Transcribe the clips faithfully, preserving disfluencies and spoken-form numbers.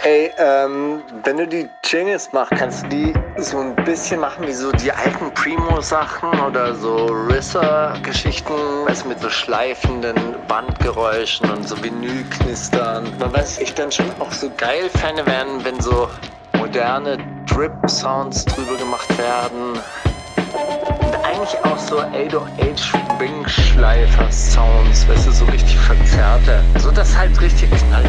Ey, ähm, wenn du die Jingles machst, kannst du die so ein bisschen machen wie so die alten Primo-Sachen oder so Risser-Geschichten, weißt du, mit so schleifenden Bandgeräuschen und so Vinylknistern. Man weiß, ich dann schon auch so geil fände werden, wenn so moderne Drip-Sounds drüber gemacht werden. Und eigentlich auch so acht null acht Wing-Schleifer-Sounds, weißt du, so richtig verzerrte. So dass halt richtig knallt.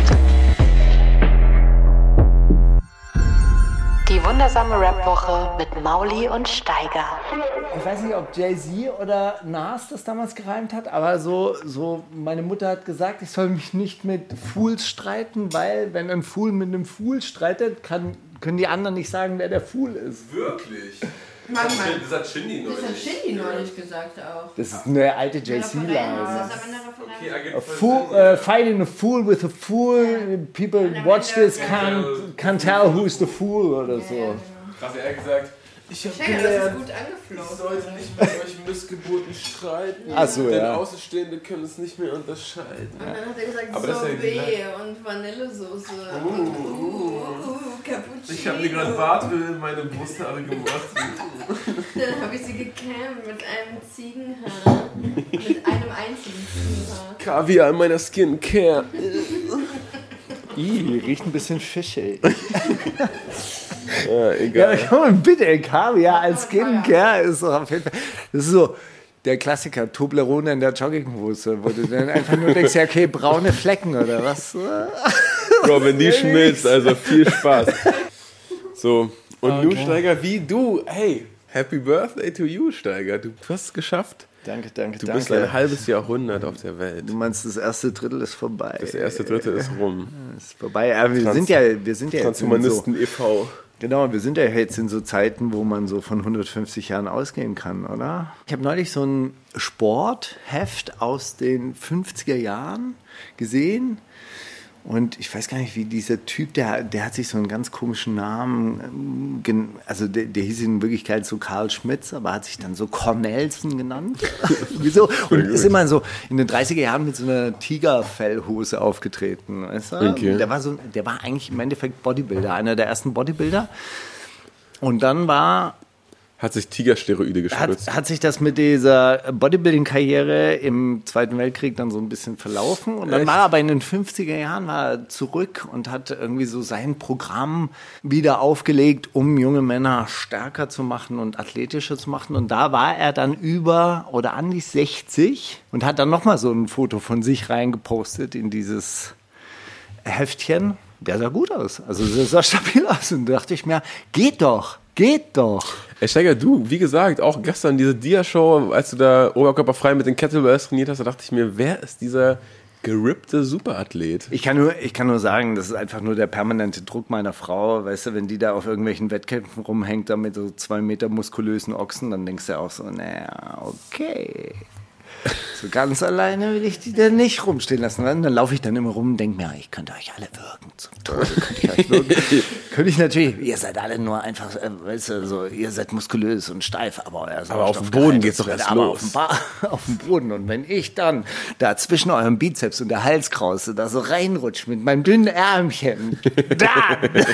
Die wundersame Rap-Woche mit Mauli und Steiger. Ich weiß nicht, ob Jay-Z oder Nas das damals gereimt hat, aber so, so, meine Mutter hat gesagt, ich soll mich nicht mit Fools streiten, weil wenn ein Fool mit einem Fool streitet, kann, können die anderen nicht sagen, wer der Fool ist. Wirklich? Das hat, das hat Shindy neulich. Das hat Shindy neulich gesagt auch. Das ist eine alte Jay-Z-Line. Das ist aber eine Okay, A fool, uh, fighting a fool with a fool, people watch this, can't, can't tell who's the fool oder so. Krass, er hat gesagt, ich habe Schenke, gelernt, das ist gut ich angeflogen. sollte nicht mit euch Missgeburten streiten, Ach so, denn ja. Außenstehende können es nicht mehr unterscheiden. Und dann hat er gesagt, Aber das ist ja Sorbet die- und Vanillesoße Uh, und uh, uh, uh, Cappuccino. Ich habe mir gerade Bartöl in meine Brusthaare gemacht. Dann habe ich sie gekämmt mit einem Ziegenhaar. Mit einem einzigen Ziegenhaar. Kaviar in meiner Skincare. Ih, riecht ein bisschen fischig. Ja, Ja, egal. komm mal, bitte, Kaviar als Skincare ist doch auf jeden Fall. Das ist so der Klassiker, Toblerone in der Jogginghose, wo du dann einfach nur denkst, ja, okay, braune Flecken oder was? Bro, wenn die schmilzt, also viel Spaß. So, und Okay. nun, Steiger, wie du, hey, Happy Birthday to you, Steiger. Du hast es geschafft. Danke, danke, Du danke. bist ein halbes Jahrhundert auf der Welt. Du meinst, das erste Drittel ist vorbei. Das erste Drittel ist rum. ist vorbei. Aber wir Trans- sind ja, wir sind ja jetzt in so, Transhumanisten e V genau, wir sind ja jetzt in so Zeiten, wo man so von hundertfünfzig Jahren ausgehen kann, oder? Ich habe neulich so ein Sportheft aus den fünfziger Jahren gesehen. Und ich weiß gar nicht, wie dieser Typ, der, der hat sich so einen ganz komischen Namen, ähm, gen- also der, der hieß in Wirklichkeit so Karl Schmitz, aber hat sich dann so Cornelsen genannt. Wieso? Und ist immer so in den dreißiger Jahren mit so einer Tigerfellhose aufgetreten. Weißt du? Okay. Der war so, der war eigentlich im Endeffekt Bodybuilder, einer der ersten Bodybuilder. Und dann war hat sich Tigersteroide gespritzt. hat, hat sich das mit dieser Bodybuilding-Karriere im Zweiten Weltkrieg dann so ein bisschen verlaufen. Und dann Echt? war er aber in den fünfziger Jahren war er zurück und hat irgendwie so sein Programm wieder aufgelegt, um junge Männer stärker zu machen und athletischer zu machen. Und da war er dann über oder an die sechzig und hat dann nochmal so ein Foto von sich reingepostet in dieses Heftchen. Der sah gut aus. Also der sah stabil aus. Und da dachte ich mir, geht doch, geht doch. Ey, Steiger, du, wie gesagt, auch gestern diese Dia-Show, als du da oberkörperfrei mit den Kettlebells trainiert hast, da dachte ich mir, wer ist dieser gerippte Superathlet? Ich kann, nur, ich kann nur sagen, das ist einfach nur der permanente Druck meiner Frau. Weißt du, wenn die da auf irgendwelchen Wettkämpfen rumhängt, da mit so zwei Meter muskulösen Ochsen, dann denkst du auch so, naja, okay. So ganz alleine will ich die dann nicht rumstehen lassen. Dann, dann laufe ich dann immer rum und denke mir, ich könnte euch alle würgen. Zum Tode könnte ich euch würgen. Könnte ich natürlich, ihr seid alle nur einfach, äh, weißt du, so, ihr seid muskulös und steif, aber euer Aber auf dem Boden geht's doch erst aber los. Auf dem, ba- auf dem Boden. Und wenn ich dann da zwischen eurem Bizeps und der Halskrause da so reinrutsche mit meinem dünnen Ärmchen, dann.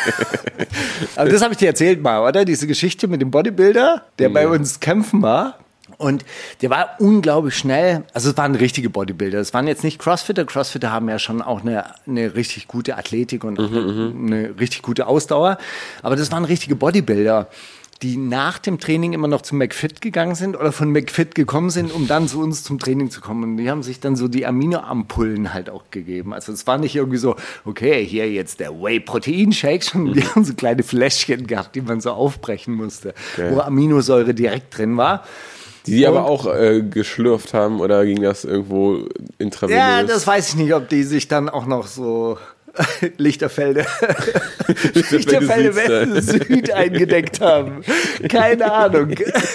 Aber das habe ich dir erzählt mal, oder? Diese Geschichte mit dem Bodybuilder, der bei uns kämpfen war. Und der war unglaublich schnell. Also es waren richtige Bodybuilder. Es waren jetzt nicht Crossfitter. Crossfitter haben ja schon auch eine, eine richtig gute Athletik und eine richtig gute Ausdauer. Aber das waren richtige Bodybuilder, die nach dem Training immer noch zum McFit gegangen sind oder von McFit gekommen sind, um dann zu uns zum Training zu kommen. Und die haben sich dann so die Aminoampullen halt auch gegeben. Also es war nicht irgendwie so, okay, hier jetzt der Whey-Protein-Shake, sondern die haben so kleine Fläschchen gehabt, die man so aufbrechen musste, Okay. wo Aminosäure direkt drin war. Die, die aber Und- auch äh, geschlürft haben oder ging das irgendwo intravenös? Ja, das weiß ich nicht, ob die sich dann auch noch so Lichterfelde, Lichterfelde Süd- Süd eingedeckt haben. Keine Ahnung.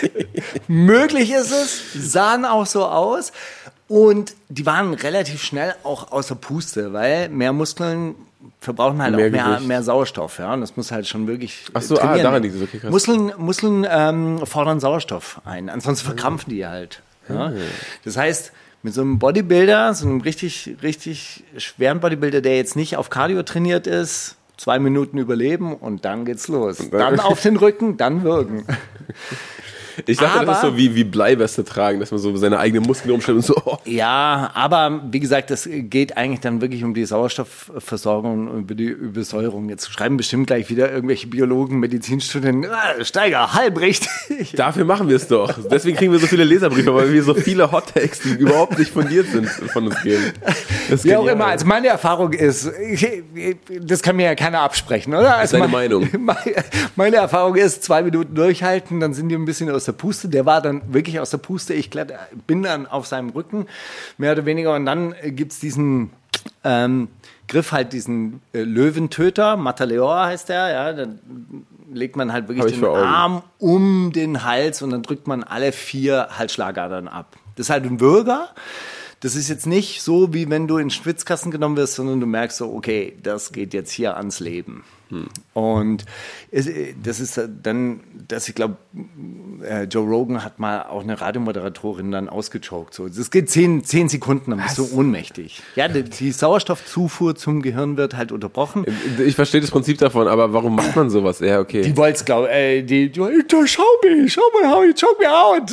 Möglich ist es, sahen auch so aus. Und die waren relativ schnell auch außer Puste, weil mehr Muskeln verbrauchen halt Mehr auch mehr, Gewicht. mehr Sauerstoff. Ja? Und das muss halt schon wirklich Ach so, ah, trainieren. daran liegt es, okay, krass. Muskeln, Muskeln ähm, fordern Sauerstoff ein, ansonsten verkrampfen die halt. Ja? Das heißt, mit so einem Bodybuilder, so einem richtig, richtig schweren Bodybuilder, der jetzt nicht auf Cardio trainiert ist, zwei Minuten überleben und dann geht's los. Dann auf den Rücken, dann wirken. Ich dachte, Aber- das ist so wie, wie Bleiweste tragen, dass man so seine eigenen Muskeln umstellt und so. Oh. Ja, aber wie gesagt, es geht eigentlich dann wirklich um die Sauerstoffversorgung und über die Übersäuerung. Jetzt schreiben bestimmt gleich wieder irgendwelche Biologen, Medizinstudenten, ah, Steiger, halb richtig. Dafür machen wir es doch. Deswegen kriegen wir so viele Leserbriefe, weil wir so viele Hot-Takes, die überhaupt nicht fundiert sind, von uns geben. Das ist Wie auch genial. immer, also meine Erfahrung ist, ich, das kann mir ja keiner absprechen, oder? Also deine mein- Meinung. Meine, meine Erfahrung ist, zwei Minuten durchhalten, dann sind die ein bisschen aus der Puste. Der war dann wirklich aus der Puste. Ich kletter, bin dann auf seinem Rücken, mehr oder weniger. Und dann gibt's diesen ähm, Griff, halt diesen äh, Löwentöter, Mataleor heißt der, ja, dann legt man halt wirklich Hab ich den vor Augen. Arm um den Hals und dann drückt man alle vier Halsschlagadern ab. Das ist halt ein Würger. Das ist jetzt nicht so, wie wenn du in den Schwitzkasten genommen wirst, sondern du merkst so, okay, das geht jetzt hier ans Leben. Hm. Und es, das ist dann, dass ich glaube, äh, Joe Rogan hat mal auch eine Radiomoderatorin dann ausgechoked. So. Das geht zehn, zehn Sekunden, dann bist du ohnmächtig. Ja, die, die Sauerstoffzufuhr zum Gehirn wird halt unterbrochen. Ich verstehe das Prinzip davon, aber warum macht man sowas? Ja, okay. Die wollt's, glaube äh, die, die wollten, schau mich, schau mal, how you choke me out.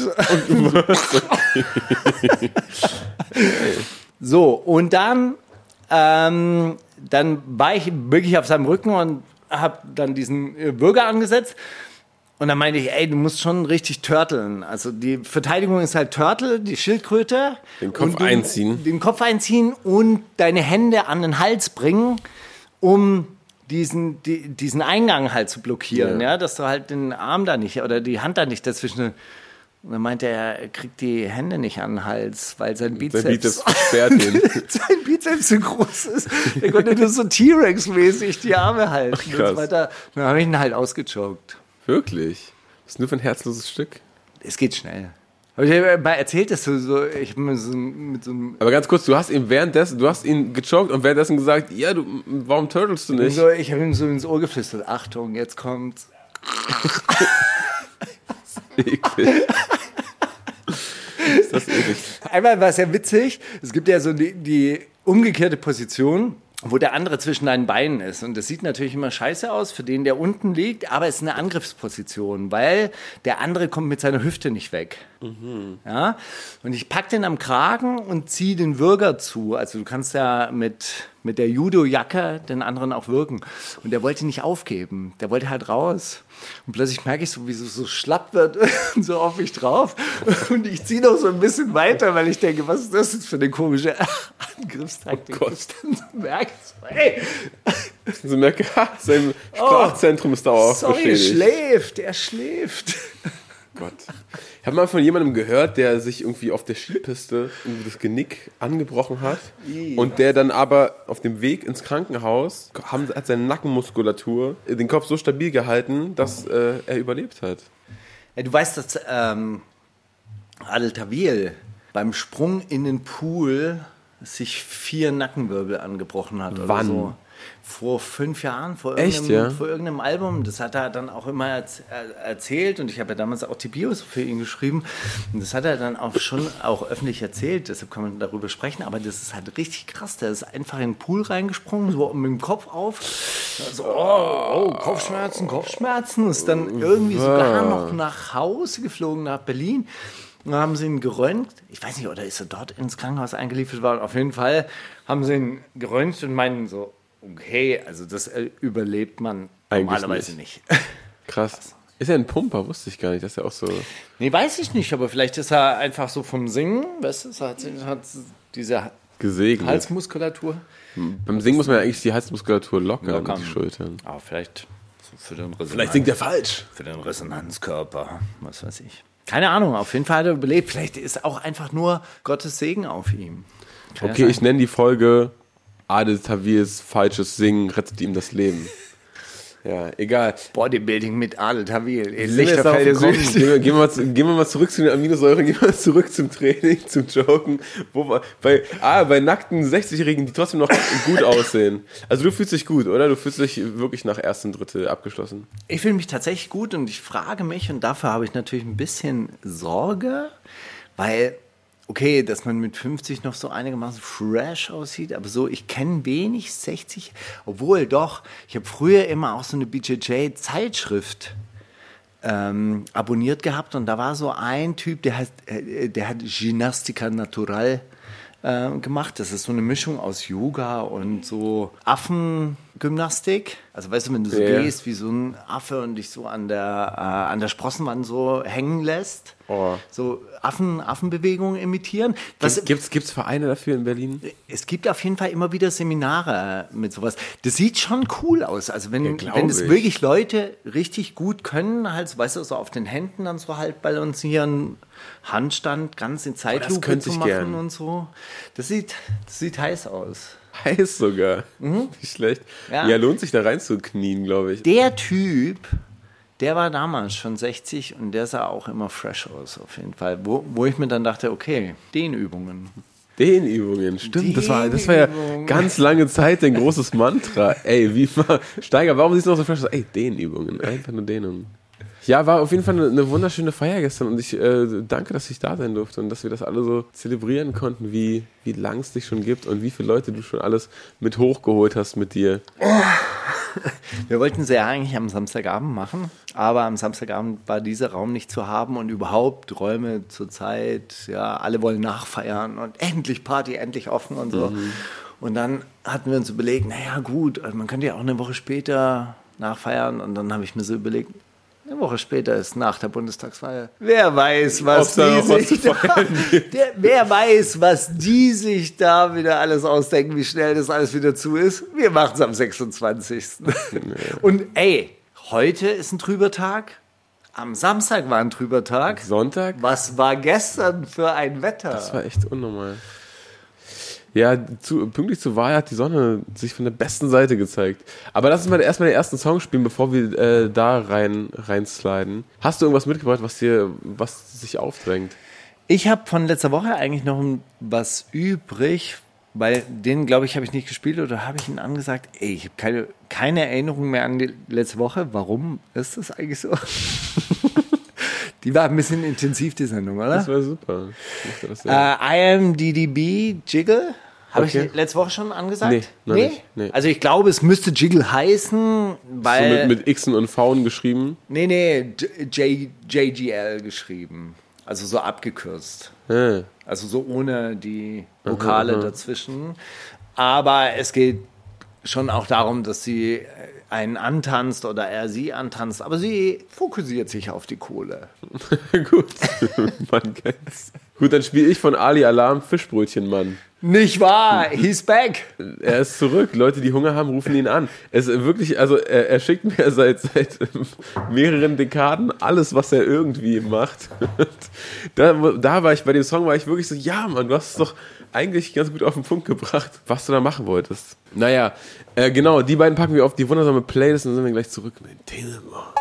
So, und dann, ähm, dann war ich wirklich auf seinem Rücken und habe dann diesen äh, Bürger angesetzt. Und dann meinte ich, ey, du musst schon richtig turteln. Also die Verteidigung ist halt Turtle, die Schildkröte. Den Kopf Und du, einziehen. Den Kopf einziehen und deine Hände an den Hals bringen, um diesen, die, diesen Eingang halt zu blockieren. Ja. Ja, dass du halt den Arm da nicht oder die Hand da nicht dazwischen. Und dann meinte er, er kriegt die Hände nicht an den Hals, weil sein Bizeps, Sein Bizeps versperrt ihn. sein Bizeps so groß ist. Er konnte nur so T-Rex-mäßig die Arme halten. Ach, und krass. so weiter. Dann habe ich ihn halt ausgechoked. Wirklich? Was ist nur für ein herzloses Stück? Es geht schnell. Habe ich dir mal erzählt, dass du so, ich habe mir so mit so einem, Aber ganz kurz, du hast ihn währenddessen, du hast ihn gechoked und währenddessen gesagt, ja, du, warum turtelst du nicht? so, ich habe ihm so ins Ohr geflüstert, Achtung, jetzt kommt's. Eklig. Ist das eklig? Einmal war es ja witzig, es gibt ja so die, die umgekehrte Position, wo der andere zwischen deinen Beinen ist. Und das sieht natürlich immer scheiße aus für den, der unten liegt, aber es ist eine Angriffsposition, weil der andere kommt mit seiner Hüfte nicht weg. Mhm. Ja? Und ich pack den am Kragen und ziehe den Würger zu. Also du kannst ja mit, mit der Judo-Jacke den anderen auch würgen. Und der wollte nicht aufgeben, der wollte halt raus. Und plötzlich merke ich so, wie es so schlapp wird und so auf mich drauf. Und ich ziehe noch so ein bisschen weiter, weil ich denke, was ist das jetzt für eine komische Angriffstaktik? Oh Gott. Ich dann so merke, so, hey, So merke, ha, sein Sprachzentrum ist dauerhaft sorry, beschädigt. schläft, er schläft. Gott. Ich habe mal von jemandem gehört, der sich irgendwie auf der Skipiste irgendwie das Genick angebrochen hat und der dann aber auf dem Weg ins Krankenhaus haben, hat seine Nackenmuskulatur den Kopf so stabil gehalten, dass äh, er überlebt hat. Ja, du weißt, dass ähm, Adel Tawil beim Sprung in den Pool sich vier Nackenwirbel angebrochen hat. Oder Wann? so. Vor fünf Jahren, vor Echt, irgendeinem, ja? vor irgendeinem Album. Das hat er dann auch immer erz- äh, erzählt und ich habe ja damals auch die Bios für ihn geschrieben. Und das hat er dann auch schon auch öffentlich erzählt, deshalb kann man darüber sprechen. Aber das ist halt richtig krass. Der ist einfach in den Pool reingesprungen, so mit dem Kopf auf. So, oh, oh, Kopfschmerzen, Kopfschmerzen. Ist dann irgendwie sogar noch nach Hause geflogen, nach Berlin. Dann haben sie ihn geröntgt. Ich weiß nicht, oder ist er dort ins Krankenhaus eingeliefert worden? Auf jeden Fall haben sie ihn geröntgt und meinen so, okay, also das äh, überlebt man Eigentlich normalerweise nicht. Krass. Ist er ein Pumper? Wusste ich gar nicht, dass er auch so... Nee, weiß ich nicht, aber vielleicht ist er einfach so vom Singen, weißt du, so hat, hat diese gesegnet. Halsmuskulatur. Beim Singen muss man ja eigentlich die Halsmuskulatur lockern, Lockern. mit die Schultern. Aber vielleicht so für den Resonanz, Vielleicht singt er falsch. für den Resonanzkörper, was weiß ich. Keine Ahnung, auf jeden Fall hat er überlebt. Vielleicht ist auch einfach nur Gottes Segen auf ihm. Kann ja Okay, sein. ich nenne die Folge Adel Tawirs falsches Singen rettet ihm das Leben. Ja, egal. Bodybuilding mit Adel Tawil. Wie sind wir jetzt darauf Lichterfelde gekommen? Süd. Gehen wir, gehen, wir mal zu, gehen wir mal zurück zu den Aminosäuren, gehen wir mal zurück zum Training, zum Joken. Wo wir, bei, ah, bei nackten sechzig-Jährigen, die trotzdem noch gut aussehen. Also du fühlst dich gut, oder? Du fühlst dich wirklich nach ersten Drittel abgeschlossen. Ich fühle mich tatsächlich gut und ich frage mich, und dafür habe ich natürlich ein bisschen Sorge, weil okay, dass man mit fünfzig noch so einigermaßen fresh aussieht, aber so, ich kenne wenig sechzig, obwohl doch, ich habe früher immer auch so eine B J J-Zeitschrift ähm, abonniert gehabt und da war so ein Typ, der, heißt, äh, der hat Gymnastica Natural äh, gemacht. Das ist so eine Mischung aus Yoga und so Affengymnastik. Also weißt du, wenn du so Yeah. gehst wie so ein Affe und dich so an der, äh, an der Sprossenwand so hängen lässt. Oh. So Affen, Affenbewegungen imitieren. Was, Gibt's, gibt's Vereine dafür in Berlin? es gibt auf jeden Fall immer wieder Seminare mit sowas. Das sieht schon cool aus. Also wenn, Ja, glaub wenn es ich. wirklich Leute richtig gut können, halt, so, weißt du, so auf den Händen dann so halt balancieren, Handstand ganz in Zeitlupe könnte zu ich machen gern. und so. Das sieht, das sieht heiß aus. Heiß sogar. Nicht schlecht. Ja. Ja. lohnt sich da reinzuknien, glaube ich. Der Typ, der war damals schon sechzig und der sah auch immer fresh aus, auf jeden Fall. Wo, wo ich mir dann dachte, okay, Dehnübungen. Dehnübungen, stimmt. Das war, das war ja Dehnübungen. ganz lange Zeit ein großes Mantra. Ey, wie war, Steiger, warum siehst du noch so fresh aus? Ey, Dehnübungen, einfach nur Dehnungen. Ja, war auf jeden Fall eine, eine wunderschöne Feier gestern und ich äh, danke, dass ich da sein durfte und dass wir das alle so zelebrieren konnten, wie, wie lang es dich schon gibt und wie viele Leute du schon alles mit hochgeholt hast mit dir. Wir wollten sie ja eigentlich am Samstagabend machen, aber am Samstagabend war dieser Raum nicht zu haben und überhaupt Räume zur Zeit, ja, alle wollen nachfeiern und endlich Party, endlich offen und so. Mhm. Und dann hatten wir uns überlegt, naja gut, also man könnte ja auch eine Woche später nachfeiern und dann habe ich mir so überlegt, eine Woche später ist nach der Bundestagswahl. Wer weiß, was Ob's da die noch was sich zu da, feiern gibt. der, wer weiß, was die sich da wieder alles ausdenken, wie schnell das alles wieder zu ist. Wir machen es am sechsundzwanzigsten Und ey, heute ist ein trüber Tag. Am Samstag war ein trüber Tag. Sonntag? Was war gestern für ein Wetter? Das war echt unnormal. Ja, zu, pünktlich zur Wahl hat die Sonne sich von der besten Seite gezeigt. Aber lass uns mal erstmal den ersten Song spielen, bevor wir äh, da rein reinsliden. Hast du irgendwas mitgebracht, was dir, was sich aufdrängt? Ich habe von letzter Woche eigentlich noch was übrig, weil den, glaube ich, habe ich nicht gespielt oder habe ich ihn angesagt. Ey, ich habe keine, keine Erinnerung mehr an die letzte Woche. Warum ist das eigentlich so? Die war ein bisschen intensiv, die Sendung, oder? Das war super. Ich mochte das sehr. Äh, I am D D B Jiggle. Habe Okay. ich letzte Woche schon angesagt? Nee, noch nicht. Nee. Also ich glaube, es müsste Jiggle heißen, so weil... mit, mit Xen und V'en geschrieben. nee, nee, J, J G L geschrieben. Also so abgekürzt. Ah. Also so ohne die Vokale dazwischen. Aber es geht schon auch darum, dass sie einen antanzt oder er sie antanzt. Aber sie fokussiert sich auf die Kohle. Gut, man kennt's. Gut, dann spiele ich von Ali Alarm Fischbrötchen, Mann. Nicht wahr? He's back. Er ist zurück. Leute, die Hunger haben, rufen ihn an. Es ist wirklich, also er, er schickt mir seit, seit mehreren Dekaden alles, was er irgendwie macht. Da, da war ich, bei dem Song war ich wirklich so, ja Mann, du hast es doch eigentlich ganz gut auf den Punkt gebracht, was du da machen wolltest. Naja, äh, genau, die beiden packen wir auf die wundersame Playlist und dann sind wir gleich zurück mit dem Thema.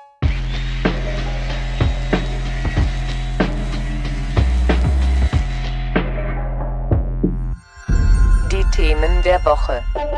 Die Themen der Woche.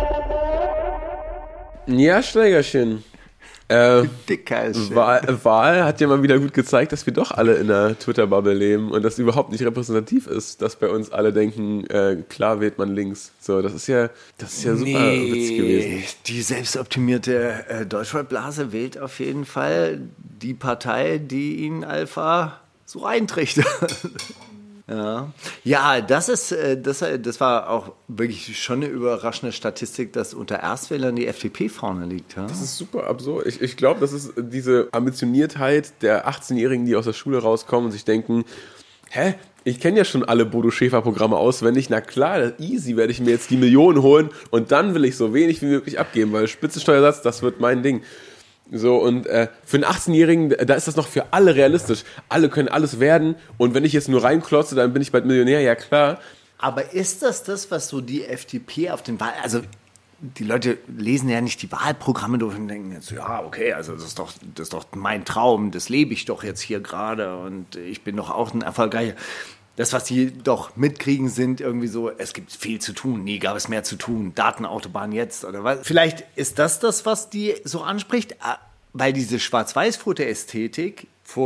Ja, Steigerchen. Äh, Dicker Wahl, Wahl hat ja mal wieder gut gezeigt, dass wir doch alle in einer Twitter-Bubble leben und das überhaupt nicht repräsentativ ist, dass bei uns alle denken, äh, klar wählt man links. So, das ist ja, das ist ja super witzig gewesen. Die selbstoptimierte äh, Deutschrap-Blase wählt auf jeden Fall die Partei, die ihn Alpha so eintrichtert. Ja, ja, das ist, äh, das, das war auch wirklich schon eine überraschende Statistik, dass unter Erstwählern die F D P vorne liegt. Ja? Das ist super absurd. Ich, ich glaube, das ist diese Ambitioniertheit der achtzehnjährigen, die aus der Schule rauskommen und sich denken, hä, ich kenne ja schon alle Bodo Schäfer-Programme auswendig. Na klar, easy werde ich mir jetzt die Millionen holen und dann will ich so wenig wie möglich abgeben, weil Spitzensteuersatz, das wird mein Ding. So, und äh, für einen achtzehnjährigen, da ist das noch für alle realistisch. Alle können alles werden und wenn ich jetzt nur reinklotze, dann bin ich bald Millionär, ja klar. Aber ist das das, was so die F D P auf den Wahl... Also die Leute lesen ja nicht die Wahlprogramme durch und denken jetzt, ja, okay, also das ist doch, das ist doch mein Traum, das lebe ich doch jetzt hier gerade und ich bin doch auch ein erfolgreicher... Das, was die doch mitkriegen, sind irgendwie so, es gibt viel zu tun, nie gab es mehr zu tun, Datenautobahn jetzt oder was. Vielleicht ist das das, was die so anspricht, weil diese Schwarz-Weiß-Foto-Ästhetik vor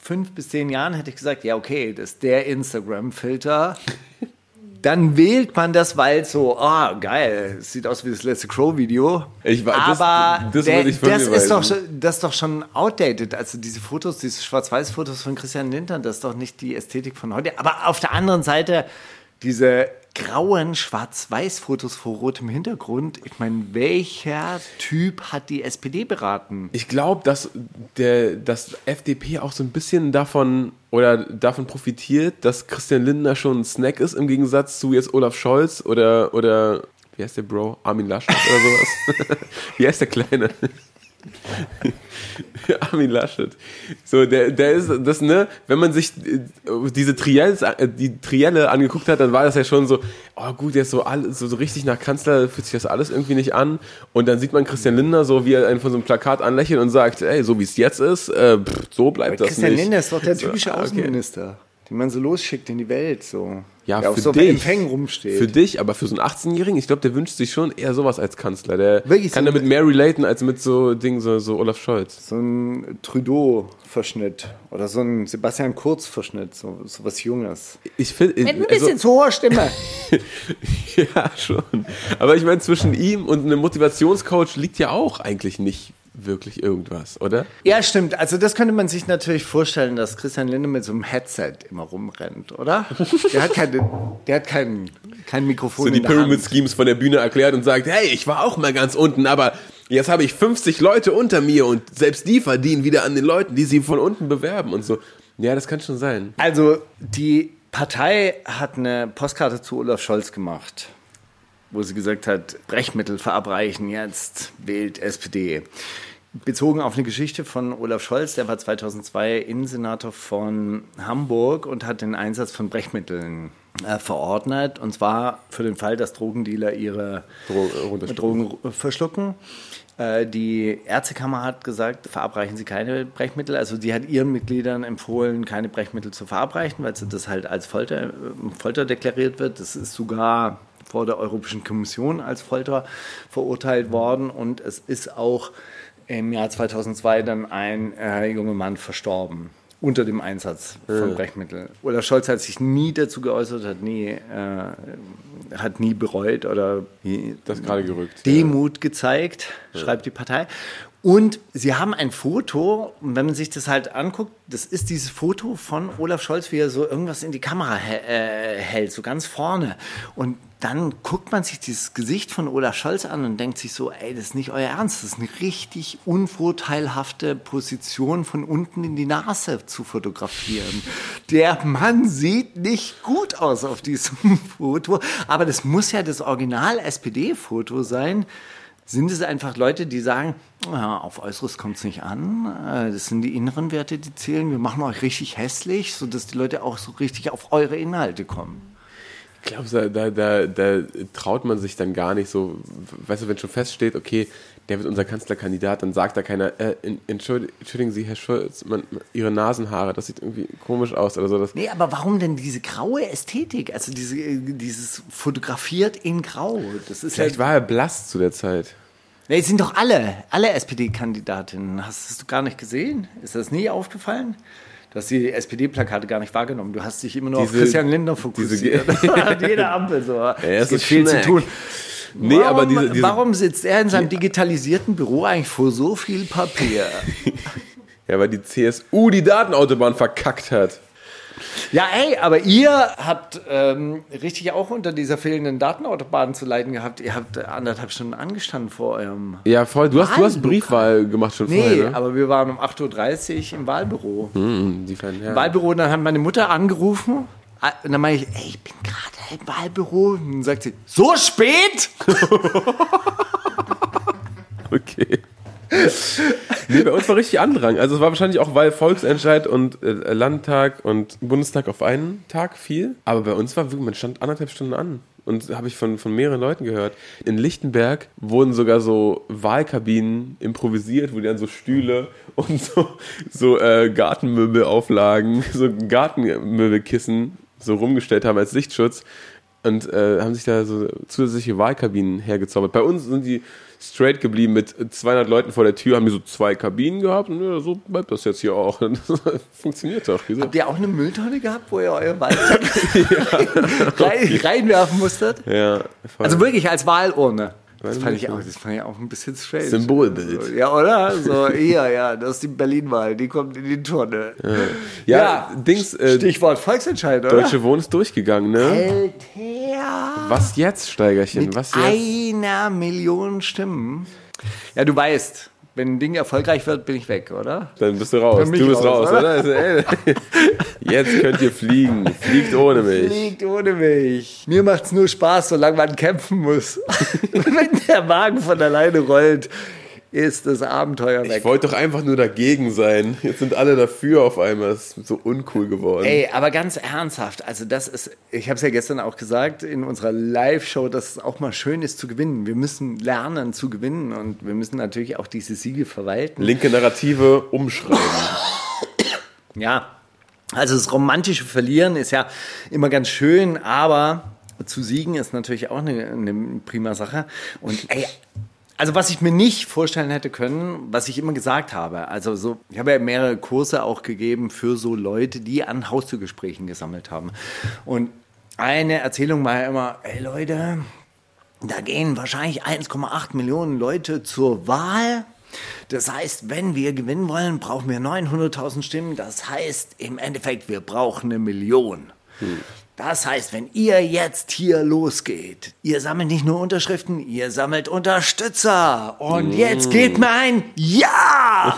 fünf bis zehn Jahren hätte ich gesagt, ja okay, das ist der Instagram-Filter. Dann wählt man das, weil es so, ah, oh, geil, es sieht aus wie das letzte Crow-Video. Ich war, aber das, das, der, ich von das, mir ist doch, weisen. schon- das ist doch schon outdated. Also diese Fotos, diese Schwarz-Weiß-Fotos von Christian Lindner, das ist doch nicht die Ästhetik von heute. Aber auf der anderen Seite, diese grauen Schwarz-Weiß-Fotos vor rotem Hintergrund, ich meine, welcher Typ hat die S P D beraten? Ich glaube, dass der dass F D P auch so ein bisschen davon oder davon profitiert, dass Christian Lindner schon ein Snack ist, im Gegensatz zu jetzt Olaf Scholz oder, oder wie heißt der Bro? Armin Laschet oder sowas. Wie heißt der Kleine? Armin Laschet. So, der, der ist, das, ne, wenn man sich äh, diese Triels, äh, die Trielle angeguckt hat, dann war das ja schon so, oh gut, jetzt so, all, so, so richtig nach Kanzler fühlt sich das alles irgendwie nicht an. Und dann sieht man Christian Lindner so, wie er einen von so einem Plakat anlächelt und sagt, ey, so wie es jetzt ist, äh, pff, so bleibt das Christian nicht. Lindner ist doch der So, typische ah, okay. Außenminister, den man so losschickt in die Welt. So. Ja, der auf für so dich. Empfängen rumsteht. Für dich, aber für so einen achtzehnjährigen, ich glaube, der wünscht sich schon eher sowas als Kanzler. Der Wirklich kann so- damit mehr relaten als mit so Dingen, so, so Olaf Scholz. So ein Trudeau-Verschnitt oder so ein Sebastian Kurz-Verschnitt, so, so was Junges. Ich finde, Mit ein bisschen zu hoher Stimme. ja, schon. Aber ich meine, zwischen ihm und einem Motivationscoach liegt ja auch eigentlich nicht wirklich irgendwas, oder? Ja, stimmt. Also das könnte man sich natürlich vorstellen, dass Christian Lindner mit so einem Headset immer rumrennt, oder? Der hat, keine, der hat kein, kein Mikrofon So die in der Pyramid Hand. Schemes von der Bühne erklärt und sagt, hey, ich war auch mal ganz unten, aber jetzt habe ich fünfzig Leute unter mir und selbst die verdienen wieder an den Leuten, die sie von unten bewerben und so. Ja, das kann schon sein. Also die Partei hat eine Postkarte zu Olaf Scholz gemacht, wo sie gesagt hat, Brechmittel verabreichen, jetzt wählt S P D. Bezogen auf eine Geschichte von Olaf Scholz, der war zweitausendzwei Innensenator von Hamburg und hat den Einsatz von Brechmitteln äh, verordnet. Und zwar für den Fall, dass Drogendealer ihre Dro- runterschlucken. Drogen verschlucken. Äh, die Ärztekammer hat gesagt, verabreichen Sie keine Brechmittel. Also die hat ihren Mitgliedern empfohlen, keine Brechmittel zu verabreichen, weil das halt als Folter, äh, Folter deklariert wird. Das ist sogar vor der Europäischen Kommission als Folter verurteilt worden. Und es ist auch im Jahr zweitausendzwei dann ein äh, junger Mann verstorben unter dem Einsatz von Ja. Brechmitteln. Olaf Scholz hat sich nie dazu geäußert, hat nie, äh, hat nie bereut oder Das gerade gerückt. Demut gezeigt, schreibt die Partei. Und sie haben ein Foto, und wenn man sich das halt anguckt, das ist dieses Foto von Olaf Scholz, wie er so irgendwas in die Kamera hä- äh, hält, so ganz vorne. Und dann guckt man sich dieses Gesicht von Olaf Scholz an und denkt sich so, ey, das ist nicht euer Ernst, das ist eine richtig unvorteilhafte Position, von unten in die Nase zu fotografieren. Der Mann sieht nicht gut aus auf diesem Foto, aber das muss ja das Original-S P D-Foto sein. Sind es einfach Leute, die sagen, ja, auf Äußeres kommt es nicht an, äh, das sind die inneren Werte, die zählen, wir machen euch richtig hässlich, sodass die Leute auch so richtig auf eure Inhalte kommen? Ich glaube, da, da, da traut man sich dann gar nicht so, weißt du, wenn schon feststeht, okay, der wird unser Kanzlerkandidat, dann sagt da keiner, äh, entschuldigen, entschuldigen Sie, Herr Scholz, man, Ihre Nasenhaare, das sieht irgendwie komisch aus oder so. Das, Nee, aber warum denn diese graue Ästhetik, also diese, dieses fotografiert in Grau? Das ist vielleicht ja, war er blass zu der Zeit. nee, es sind doch alle, alle S P D-Kandidatinnen, hast, hast du gar nicht gesehen? Ist das nie aufgefallen? Du hast die S P D-Plakate gar nicht wahrgenommen. Du hast dich immer nur auf Diese- Christian Lindner fokussiert. An jeder Ampel so. er es ist gibt ein viel zu Schneck. tun. Nee, warum, aber diese, diese warum sitzt er in seinem digitalisierten Büro eigentlich vor so viel Papier? ja, weil die C S U die Datenautobahn verkackt hat. Ja, ey, aber ihr habt ähm, richtig auch unter dieser fehlenden Datenautobahn zu leiden gehabt. Ihr habt anderthalb Stunden angestanden vor eurem... Ja, voll. Du hast, du hast Wahllokal. Briefwahl gemacht schon Nee, vorher, ne? aber wir waren um acht Uhr dreißig im Wahlbüro. Hm, die fanden, ja. Im Wahlbüro, und dann hat meine Mutter angerufen. Und dann meine ich, ey, ich bin gerade im Wahlbüro. Und dann sagt sie, so spät? Okay. Nee, bei uns war richtig Andrang. Also es war wahrscheinlich auch, weil Volksentscheid und äh, Landtag und Bundestag auf einen Tag fiel. Aber bei uns war wirklich, man stand anderthalb Stunden an. Und habe ich von, von mehreren Leuten gehört. In Lichtenberg wurden sogar so Wahlkabinen improvisiert, wo die dann so Stühle und so, so äh, Gartenmöbelauflagen, so Gartenmöbelkissen so rumgestellt haben als Lichtschutz. und äh, haben sich da so zusätzliche Wahlkabinen hergezaubert. Bei uns sind die straight geblieben mit zweihundert Leuten vor der Tür, haben die so zwei Kabinen gehabt und ja, so bleibt das jetzt hier auch. Das funktioniert doch. Wieso? Habt ihr auch eine Mülltonne gehabt, wo ihr euer Wahlzettel rein, reinwerfen musstet? Ja. Voll. Also wirklich als Wahlurne. Das fand, ich auch, das fand ich auch ein bisschen strange. Symbolbild. So, ja, oder? So, hier, ja, das ist die Berlin-Wahl, die kommt in die Tonne. Ja, ja, ja Dings, äh, Stichwort Volksentscheid, oder? Deutsche Wohnen ist durchgegangen, ne? Alter. Was jetzt, Steigerchen? Mit Was jetzt? einer Million Stimmen. Ja, du weißt, wenn ein Ding erfolgreich wird, bin ich weg, oder? Dann bist du raus. Dann bin Du ich bist raus, raus, oder? Also, ey, jetzt könnt ihr fliegen. Fliegt ohne mich. Fliegt ohne mich. Mir macht's nur Spaß, solange man kämpfen muss. Wenn der Wagen von alleine rollt, ist das Abenteuer weg. Ich wollte doch einfach nur dagegen sein. Jetzt sind alle dafür auf einmal. Das ist so uncool geworden. Ey, aber ganz ernsthaft, also das ist, ich habe es ja gestern auch gesagt in unserer Live-Show, dass es auch mal schön ist zu gewinnen. Wir müssen lernen zu gewinnen und wir müssen natürlich auch diese Siege verwalten. Linke Narrative umschreiben. Ja, also das romantische Verlieren ist ja immer ganz schön, aber zu siegen ist natürlich auch eine, eine prima Sache. Und ey, also was ich mir nicht vorstellen hätte können, was ich immer gesagt habe, also so, ich habe ja mehrere Kurse auch gegeben für so Leute, die an Haustürgesprächen gesammelt haben. Und eine Erzählung war ja immer, ey Leute, da gehen wahrscheinlich eins Komma acht Millionen Leute zur Wahl. Das heißt, wenn wir gewinnen wollen, brauchen wir neunhunderttausend Stimmen. Das heißt, im Endeffekt, wir brauchen eine Million. Hm. Das heißt, wenn ihr jetzt hier losgeht, ihr sammelt nicht nur Unterschriften, ihr sammelt Unterstützer. Und mm. jetzt geht mir ein Ja!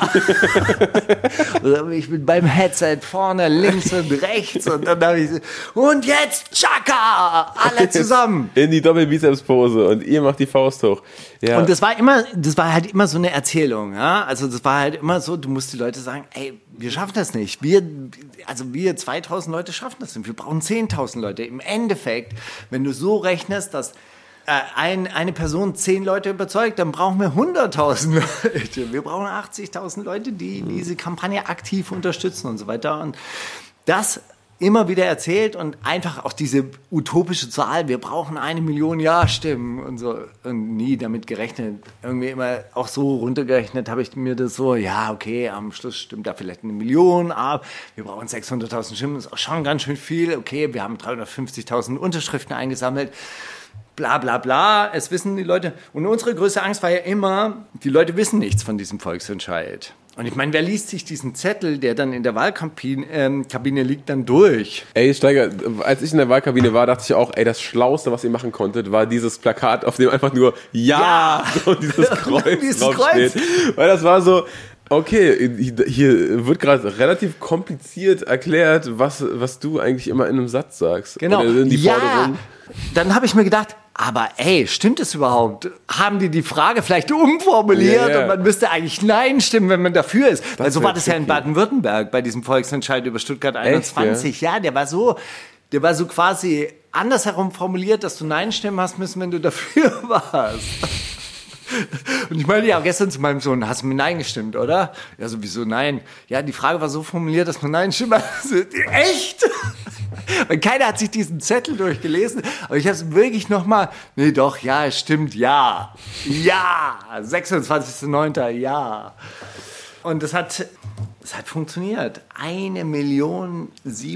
Ich bin beim Headset vorne, links und rechts. Und dann habe ich so, und jetzt Chaka! Alle zusammen. In die Doppelbizeps-Pose und ihr macht die Faust hoch. Ja. Und das war immer, das war halt immer so eine Erzählung, ja. Also das war halt immer so, du musst die Leute sagen, ey, wir schaffen das nicht. Wir, also wir zweitausend Leute schaffen das nicht. Wir brauchen zehntausend Leute. Im Endeffekt, wenn du so rechnest, dass äh, ein, eine Person zehn Leute überzeugt, dann brauchen wir hunderttausend Leute. Wir brauchen achtzigtausend Leute, die diese Kampagne aktiv unterstützen und so weiter. Und das immer wieder erzählt und einfach auch diese utopische Zahl, wir brauchen eine Million Ja-Stimmen und so, und nie damit gerechnet. Irgendwie immer auch so runtergerechnet habe ich mir das so, ja, okay, am Schluss stimmt da vielleicht eine Million, aber wir brauchen sechshunderttausend Stimmen, das ist auch schon ganz schön viel. Okay, wir haben dreihundertfünfzigtausend Unterschriften eingesammelt, bla bla bla, es wissen die Leute. Und unsere größte Angst war ja immer, die Leute wissen nichts von diesem Volksentscheid. Und ich meine, wer liest sich diesen Zettel, der dann in der Wahlkabine ähm, Kabine liegt, dann durch? Ey, Steiger, als ich in der Wahlkabine war, dachte ich auch, ey, das Schlauste, was ihr machen konntet, war dieses Plakat, auf dem einfach nur Ja, ja. So dieses Kreuz dieses draufsteht. Kreuz. Weil das war so, okay, hier wird gerade relativ kompliziert erklärt, was, was du eigentlich immer in einem Satz sagst. Genau. Oder in die ja, Forderung. Dann habe ich mir gedacht, aber ey, stimmt es überhaupt? Haben die die Frage vielleicht umformuliert ja, ja. und man müsste eigentlich Nein stimmen, wenn man dafür ist? Das Weil so war das tricky. ja in Baden-Württemberg bei diesem Volksentscheid über Stuttgart einundzwanzig. Echt, ja? ja, der war so, der war so quasi andersherum formuliert, dass du Nein stimmen hast müssen, wenn du dafür warst. Und ich meine ja gestern zu meinem Sohn, hast du mir Nein gestimmt, oder? Ja, sowieso Nein. Ja, die Frage war so formuliert, dass man Nein stimmt. Echt? Weil keiner hat sich diesen Zettel durchgelesen. Aber ich habe es wirklich nochmal, nee doch, ja, es stimmt, ja. Ja, sechsundzwanzigster neunter ja. Und das hat, das hat funktioniert. eine Million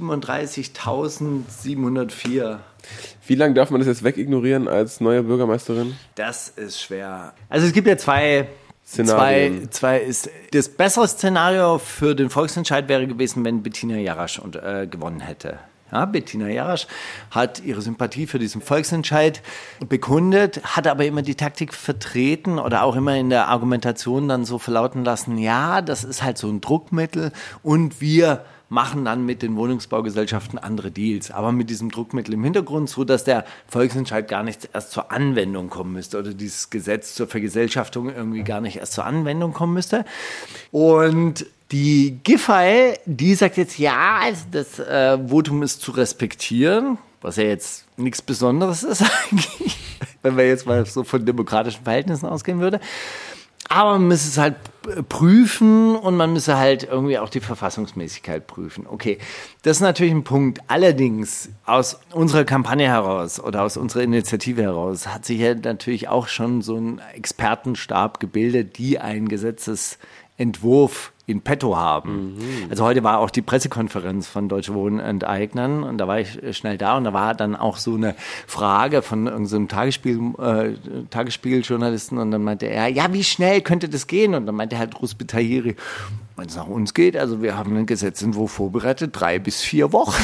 siebenunddreißigtausendsiebenhundertvier. Wie lange darf man das jetzt wegignorieren als neue Bürgermeisterin? Das ist schwer. Also es gibt ja zwei Szenarien. Zwei, zwei ist, das bessere Szenario für den Volksentscheid wäre gewesen, wenn Bettina Jarasch und, äh, gewonnen hätte. Ja, Bettina Jarasch hat ihre Sympathie für diesen Volksentscheid bekundet, hat aber immer die Taktik vertreten oder auch immer in der Argumentation dann so verlauten lassen, ja, das ist halt so ein Druckmittel und wir machen dann mit den Wohnungsbaugesellschaften andere Deals, aber mit diesem Druckmittel im Hintergrund, so dass der Volksentscheid gar nicht erst zur Anwendung kommen müsste oder dieses Gesetz zur Vergesellschaftung irgendwie gar nicht erst zur Anwendung kommen müsste. Und die Giffey, die sagt jetzt, ja, also das äh, Votum ist zu respektieren, was ja jetzt nichts Besonderes ist eigentlich, wenn wir jetzt mal so von demokratischen Verhältnissen ausgehen würde. Aber man muss es halt prüfen und man müsse halt irgendwie auch die Verfassungsmäßigkeit prüfen. Okay, das ist natürlich ein Punkt. Allerdings aus unserer Kampagne heraus oder aus unserer Initiative heraus hat sich ja natürlich auch schon so ein Expertenstab gebildet, die einen Gesetzesentwurf in petto haben. Mhm. Also heute war auch die Pressekonferenz von Deutsche Wohnen Enteignern und da war ich schnell da und da war dann auch so eine Frage von irgendeinem Tagesspiegel, äh, Tagesspiegel-Journalisten und dann meinte er, ja, wie schnell könnte das gehen? Und dann meinte halt Rusbeh Tahiri, wenn es nach uns geht, also wir haben einen Gesetzentwurf vorbereitet, drei bis vier Wochen.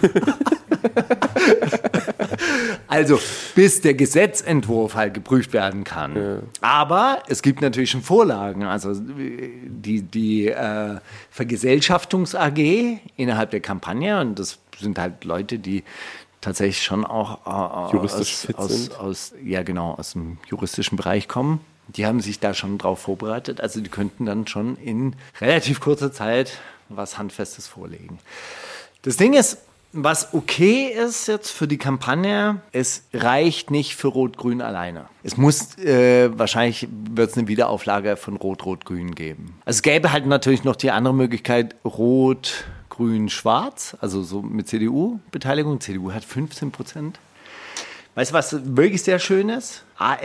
Also bis der Gesetzentwurf halt geprüft werden kann. Ja. Aber es gibt natürlich schon Vorlagen. Also die, die äh, Vergesellschaftungs-A G innerhalb der Kampagne und das sind halt Leute, die tatsächlich schon auch äh, juristisch aus, fit aus, sind. Aus, ja, genau, aus dem juristischen Bereich kommen. Die haben sich da schon drauf vorbereitet. Also die könnten dann schon in relativ kurzer Zeit was Handfestes vorlegen. Das Ding ist, was okay ist jetzt für die Kampagne, es reicht nicht für Rot-Grün alleine. Es muss, äh, wahrscheinlich wird es eine Wiederauflage von Rot-Rot-Grün geben. Also es gäbe halt natürlich noch die andere Möglichkeit, Rot, Grün, Schwarz, also so mit C D U-Beteiligung. C D U hat fünfzehn Prozent. Weißt du, was wirklich sehr schön ist?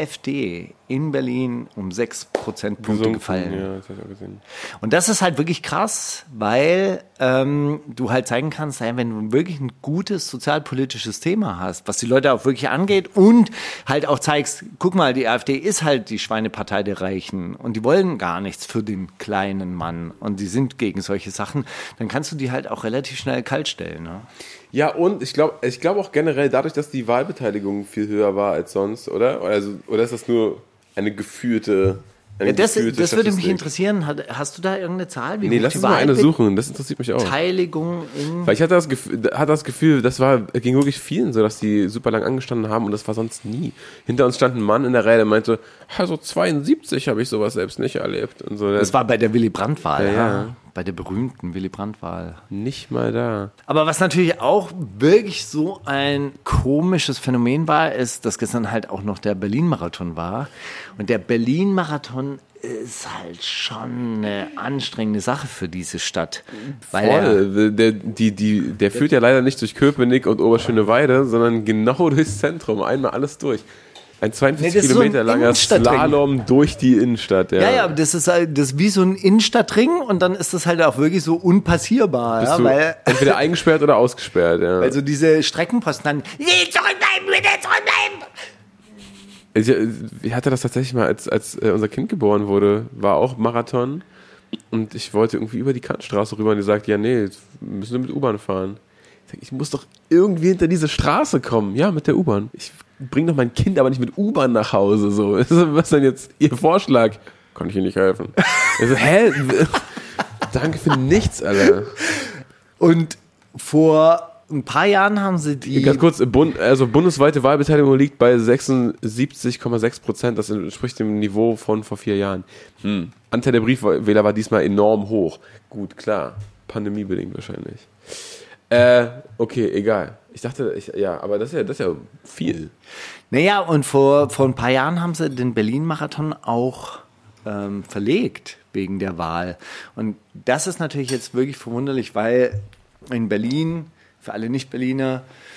AfD in Berlin um sechs Prozentpunkte gefallen. Ja, das habe ich auch gesehen. Und das ist halt wirklich krass, weil ähm, du halt zeigen kannst, ja, wenn du wirklich ein gutes sozialpolitisches Thema hast, was die Leute auch wirklich angeht und halt auch zeigst, guck mal, die AfD ist halt die Schweinepartei der Reichen und die wollen gar nichts für den kleinen Mann und die sind gegen solche Sachen, dann kannst du die halt auch relativ schnell kalt stellen. Ne? Ja, und ich glaube ich glaub auch generell dadurch, dass die Wahlbeteiligung viel höher war als sonst, oder? Also, oder ist das nur eine geführte, eine ja, das geführte das würde mich Statistik? interessieren. Hast du da irgendeine Zahl? Wie Nee, lass uns mal eine suchen, das interessiert mich auch. Beteiligung in... Weil ich hatte das Gefühl, hatte das Gefühl, das war, ging wirklich vielen so, dass die super lang angestanden haben und das war sonst nie. Hinter uns stand ein Mann in der Reihe, der meinte, also zweiundsiebzig habe ich sowas selbst nicht erlebt. Und so. Das war bei der Willy-Brandt-Wahl, ja, ja. ja. Bei der berühmten Willy-Brandt-Wahl. Nicht mal da. Aber was natürlich auch wirklich so ein komisches Phänomen war, ist, dass gestern halt auch noch der Berlin-Marathon war. Und der Berlin-Marathon ist halt schon eine anstrengende Sache für diese Stadt. Weil Voll. Der, die, die, der führt ja leider nicht durch Köpenick und Oberschöneweide, sondern genau durchs Zentrum. Einmal alles durch. Ein zweiundvierzig nee, Kilometer so langer Slalom durch die Innenstadt. Ja, ja, ja, aber das ist, das ist wie so ein Innenstadtring und dann ist das halt auch wirklich so unpassierbar. Bist ja, du weil, entweder eingesperrt oder ausgesperrt. Ja. Also diese Streckenposten dann, nee, zurückbleiben, bitte zurückbleiben. Ich, ich hatte das tatsächlich mal, als, als unser Kind geboren wurde, war auch Marathon und ich wollte irgendwie über die Kantstraße rüber und die sagt, ja nee, wir müssen mit U-Bahn fahren. Ich sag, ich muss doch irgendwie hinter diese Straße kommen. Ja, mit der U-Bahn. Ich bring doch mein Kind aber nicht mit U-Bahn nach Hause. So. Was ist denn jetzt Ihr Vorschlag? Kann ich Ihnen nicht helfen. Ich so, hä? Danke für nichts, Alter. Und vor ein paar Jahren haben sie die... Ganz kurz, Bund, also bundesweite Wahlbeteiligung liegt bei sechsundsiebzig Komma sechs Prozent. Das entspricht dem Niveau von vor vier Jahren. Hm. Anteil der Briefwähler war diesmal enorm hoch. Gut, klar. Pandemiebedingt wahrscheinlich. Äh, okay, egal. Ich dachte, ich, ja, aber das ist ja, das ist ja viel. Naja, und vor, vor ein paar Jahren haben sie den Berlin-Marathon auch ähm, verlegt wegen der Wahl. Und das ist natürlich jetzt wirklich verwunderlich, weil in Berlin, für alle Nicht-Berliner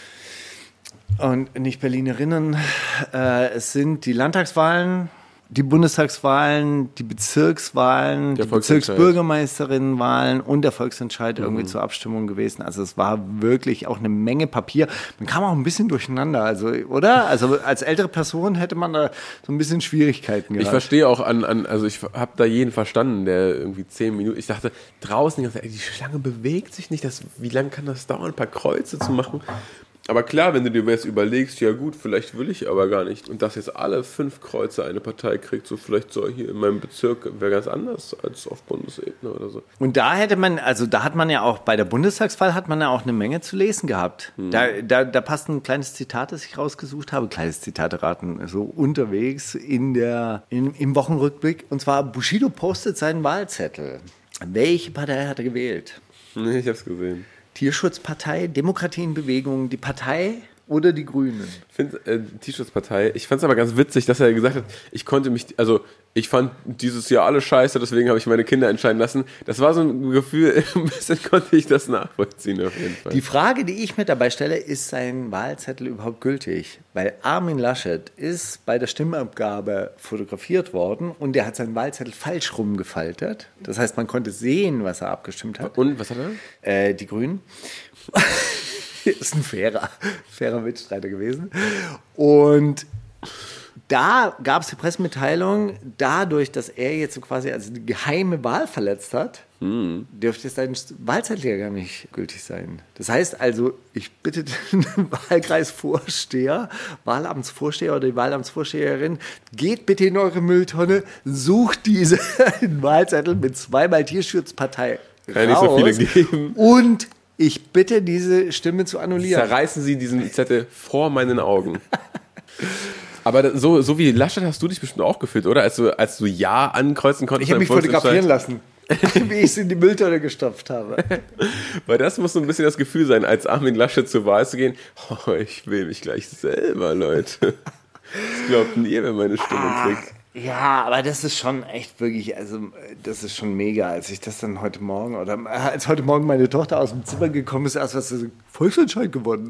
und Nicht-Berlinerinnen, äh, es sind die Landtagswahlen, die Bundestagswahlen, die Bezirkswahlen, der die Bezirksbürgermeisterinnenwahlen und der Volksentscheid irgendwie mhm. zur Abstimmung gewesen. Also es war wirklich auch eine Menge Papier. Man kam auch ein bisschen durcheinander, also oder? Also als ältere Person hätte man da so ein bisschen Schwierigkeiten gehabt. Ich verstehe auch an, an also ich habe da jeden verstanden, der irgendwie zehn Minuten, ich dachte draußen, ich dachte, ey, die Schlange bewegt sich nicht, das, wie lange kann das dauern, ein paar Kreuze zu machen? Aber klar, wenn du dir jetzt überlegst, ja gut, vielleicht will ich aber gar nicht. Und dass jetzt alle fünf Kreuze eine Partei kriegt, so vielleicht so hier in meinem Bezirk, wäre ganz anders als auf Bundesebene oder so. Und da hätte man, also da hat man ja auch, bei der Bundestagswahl hat man ja auch eine Menge zu lesen gehabt. Hm. Da, da, da passt ein kleines Zitat, das ich rausgesucht habe, kleines Zitat raten, so unterwegs in der, in, im Wochenrückblick. Und zwar, Bushido postet seinen Wahlzettel. Welche Partei hat er gewählt? Nee, ich hab's gesehen. Tierschutzpartei, Demokratie in Bewegung, die Partei oder die Grünen. Ich finde, äh, T-Shirts-Partei, ich fand es aber ganz witzig, dass er gesagt hat, ich konnte mich, also ich fand dieses Jahr alle scheiße, deswegen habe ich meine Kinder entscheiden lassen. Das war so ein Gefühl, ein bisschen konnte ich das nachvollziehen auf jeden Fall. Die Frage, die ich mir dabei stelle, ist sein Wahlzettel überhaupt gültig? Weil Armin Laschet ist bei der Stimmabgabe fotografiert worden und der hat seinen Wahlzettel falsch rumgefaltet. Das heißt, man konnte sehen, was er abgestimmt hat. Und, was hat er? Äh, die Grünen. Ist ein fairer, fairer Mitstreiter gewesen. Und da gab es die Pressemitteilung, dadurch, dass er jetzt so quasi also die geheime Wahl verletzt hat, hm. dürfte sein Wahlzettel ja gar nicht gültig sein. Das heißt also, ich bitte den Wahlkreisvorsteher, Wahlamtsvorsteher oder die Wahlamtsvorsteherin, geht bitte in eure Mülltonne, sucht diesen Wahlzettel mit zweimal Tierschutzpartei Kann ja raus nicht so viele geben. Und ich bitte, diese Stimme zu annullieren. Zerreißen Sie diesen Zettel vor meinen Augen. Aber so, so wie Laschet hast du dich bestimmt auch gefühlt, oder? Als du, als du Ja ankreuzen konntest. Ich habe mich fotografieren lassen, wie ich es in die Mülltonne gestopft habe. Weil das muss so ein bisschen das Gefühl sein, als Armin Laschet zur Wahl zu gehen. Oh, ich will mich gleich selber, Leute. Das glaubt nie, wenn meine Stimme kriegt. Ja, aber das ist schon echt wirklich, also das ist schon mega, als ich das dann heute Morgen, oder als heute Morgen meine Tochter aus dem Zimmer gekommen ist, erst was sie Volksentscheid gewonnen.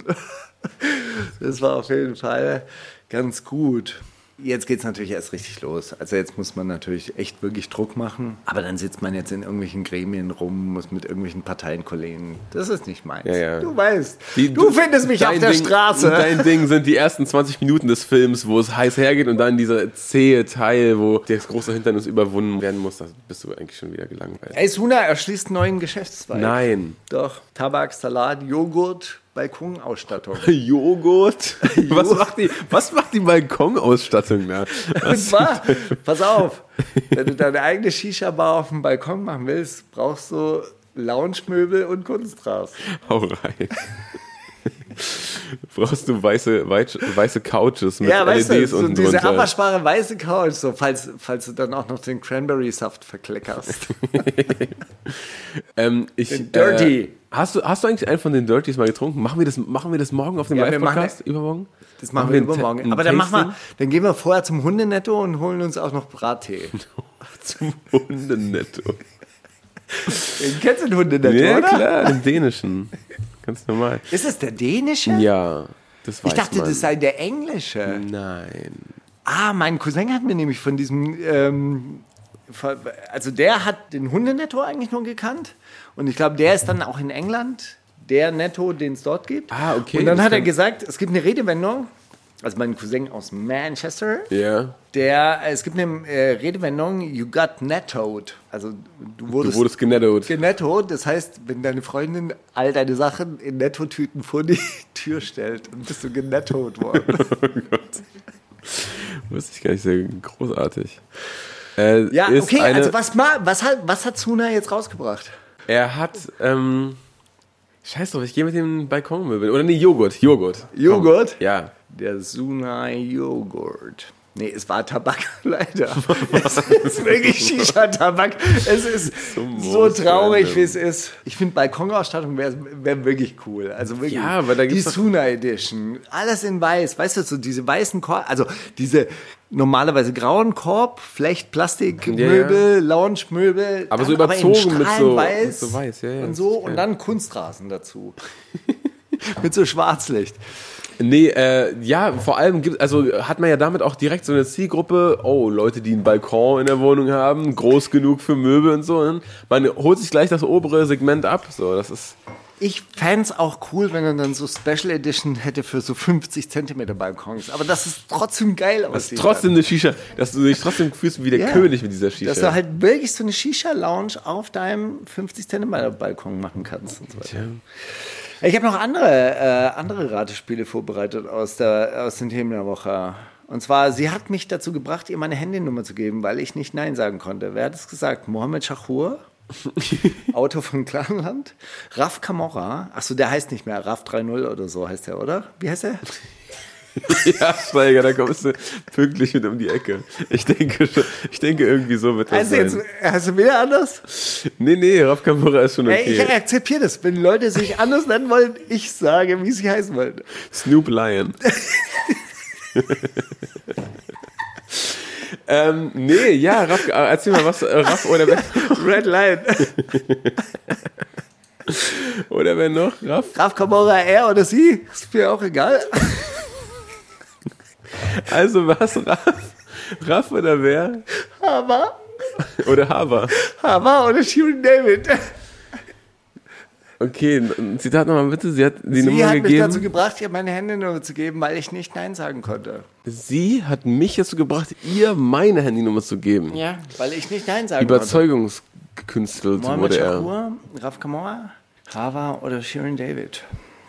Das war auf jeden Fall ganz gut. Jetzt geht es natürlich erst richtig los. Also jetzt muss man natürlich echt wirklich Druck machen. Aber dann sitzt man jetzt in irgendwelchen Gremien rum, muss mit irgendwelchen Parteienkollegen. Das ist nicht meins. Ja, ja. Du weißt, Die, du, du findest mich auf der Ding, Straße. Dein Ding sind die ersten zwanzig Minuten des Films, wo es heiß hergeht und dann dieser zähe Teil, wo das große Hindernis überwunden werden muss. Da bist du eigentlich schon wieder gelangweilt. Ace Huna erschließt einen neuen Geschäftszweig. Nein. Doch. Tabak, Salat, Joghurt, Balkonausstattung. Joghurt? Was macht die, was macht die Balkonausstattung da? Und zwar, pass auf, wenn du deine eigene Shisha-Bar auf dem Balkon machen willst, brauchst du Lounge-Möbel und Kunstrasen. Hau rein. Brauchst du weiße, weiße Couches mit ja, L E Ds weißt du, so unten diese drunter. abwaschbare weiße Couch, so, falls, falls du dann auch noch den Cranberry-Saft verkleckerst. ähm, ich, den Dirty. Äh, hast, du, hast du eigentlich einen von den Dirties mal getrunken? Machen wir das, machen wir das morgen auf dem Ja, Live-Podcast? Übermorgen? Das machen, machen wir übermorgen. Ein Aber dann, machen Tasting? wir, dann gehen wir vorher zum Hundenetto und holen uns auch noch Brattee. Zum Hundenetto. Den kennst du den Hundenetto, Ja, oder? klar, den dänischen. Ganz normal. Ist es der dänische? Ja, das weiß Ich dachte, man. das sei der englische. Nein. Ah, mein Cousin hat mir nämlich von diesem, ähm, von- also der hat den Hundenetto eigentlich nur gekannt und ich glaube, der ist dann auch in England, der Netto, den es dort gibt. Ah, okay, Und dann das hat er kann- gesagt, es gibt eine Redewendung, also mein Cousin aus Manchester, Ja. der, es gibt eine äh, Redewendung, you got nettoed, also du Du wurdest, wurdest genettot. genettoed, das heißt, wenn deine Freundin all deine Sachen in Nettotüten vor die Tür stellt und bist du genettoed worden. Oh Gott. Wusste ich gar nicht, sehr großartig. Äh, Ja, ist okay, eine, also was, ma, was, hat, was hat Suna jetzt rausgebracht? Er hat, ähm, scheiß drauf, ich gehe mit dem Balkonmöbel. Oder nee, Joghurt, Joghurt. Joghurt? Komm. Ja. Der Suna Joghurt. Nee, es war Tabak, leider. Es ist wirklich Shisha-Tabak. Es ist Zum so Most traurig, random. wie es ist. Ich finde, Balkonausstattung wäre wär wirklich cool. Also wirklich. Ja, weil da die gibt's doch- Suna Edition. Alles in weiß. Weißt du, so diese weißen Korb, also diese normalerweise grauen Korb, Flecht, Plastikmöbel, Ja, Lounge-Möbel. Aber so dann überzogen in mit so- strahlend weiß mit so weiß, ja, ja, und das so ist und geil. dann Kunstrasen dazu. Mit so Schwarzlicht. Nee, äh, ja, vor allem gibt, also hat man ja damit auch direkt so eine Zielgruppe, oh, Leute, die einen Balkon in der Wohnung haben, groß genug für Möbel und so. Ne? Man holt sich gleich das obere Segment ab. So, das ist. Ich fände es auch cool, wenn er dann so Special Edition hätte für so fünfzig Zentimeter Balkons. Aber das ist trotzdem geil Das aussieht. ist trotzdem eine Shisha, dass du dich trotzdem fühlst wie der Ja. König mit dieser Shisha. Dass du halt wirklich so eine Shisha-Lounge auf deinem fünfzig Zentimeter Balkon machen kannst. Und so weiter. Tja. Ich habe noch andere, äh, andere Ratespiele vorbereitet aus, der, aus den Themen der Woche. Und zwar, sie hat mich dazu gebracht, ihr meine Handynummer zu geben, weil ich nicht Nein sagen konnte. Wer hat es gesagt? Mohammed Shahur, Autor von Clanland. Raf Camorra, achso, der heißt nicht mehr, Raf drei null oder so heißt der, oder? Wie heißt er? Ja, Steiger, da kommst du pünktlich mit um die Ecke. Ich denke schon, ich denke irgendwie so wird das Hast du, sein. jetzt, hast du wieder anders? Nee, nee, Raf Kamora ist schon okay. Ey, ich akzeptiere das. Wenn Leute sich anders nennen wollen, ich sage, wie sie heißen wollen. Snoop Lion. ähm, nee, ja, Raff, erzähl mal was, äh, Raff oder wer? Red Lion. Oder wer noch? Raff? Raf Kamora, er oder sie? Ist mir auch egal. Also was, Raff? Raff oder wer? Hava. Oder Hava? Hava oder Shirin David. Okay, ein Zitat nochmal bitte. Sie hat die Sie Nummer hat mich gegeben. dazu gebracht, ihr meine Handynummer zu geben, weil ich nicht Nein sagen konnte. Sie hat mich dazu gebracht, ihr meine Handynummer zu geben. Ja, weil ich nicht Nein sagen Überzeugungskünstler konnte. wurde er. Shakur, Raf Kamora, Hava oder Shirin David.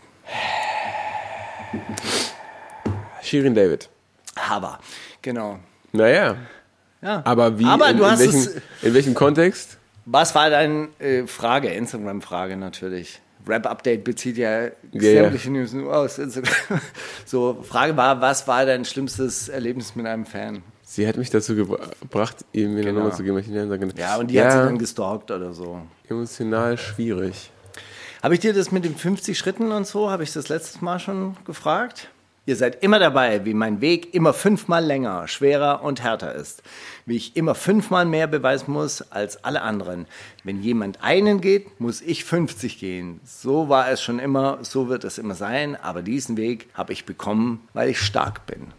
Shirin David. Hava, genau. Naja, Ja. aber wie, Aber in, du in, hast welchem, es. in welchem Kontext? Was war deine äh, Frage? Instagram-Frage natürlich. Rap-Update bezieht ja Ja, sämtliche News nur aus Instagram. So, Frage war, was war dein schlimmstes Erlebnis mit einem Fan? Sie hat mich dazu gebra- gebracht, ihm mir eine Genau. Nummer zu geben, weil ich nicht sagen kann. Ja, und die ja, hat sie dann gestalkt oder so. emotional schwierig. Habe ich dir das mit den fünfzig Schritten und so, habe ich das letztes Mal schon gefragt? Ihr seid immer dabei, wie mein Weg immer fünfmal länger, schwerer und härter ist. Wie ich immer fünfmal mehr beweisen muss als alle anderen. Wenn jemand einen geht, muss ich fünfzig gehen. So war es schon immer, so wird es immer sein. Aber diesen Weg habe ich bekommen, weil ich stark bin.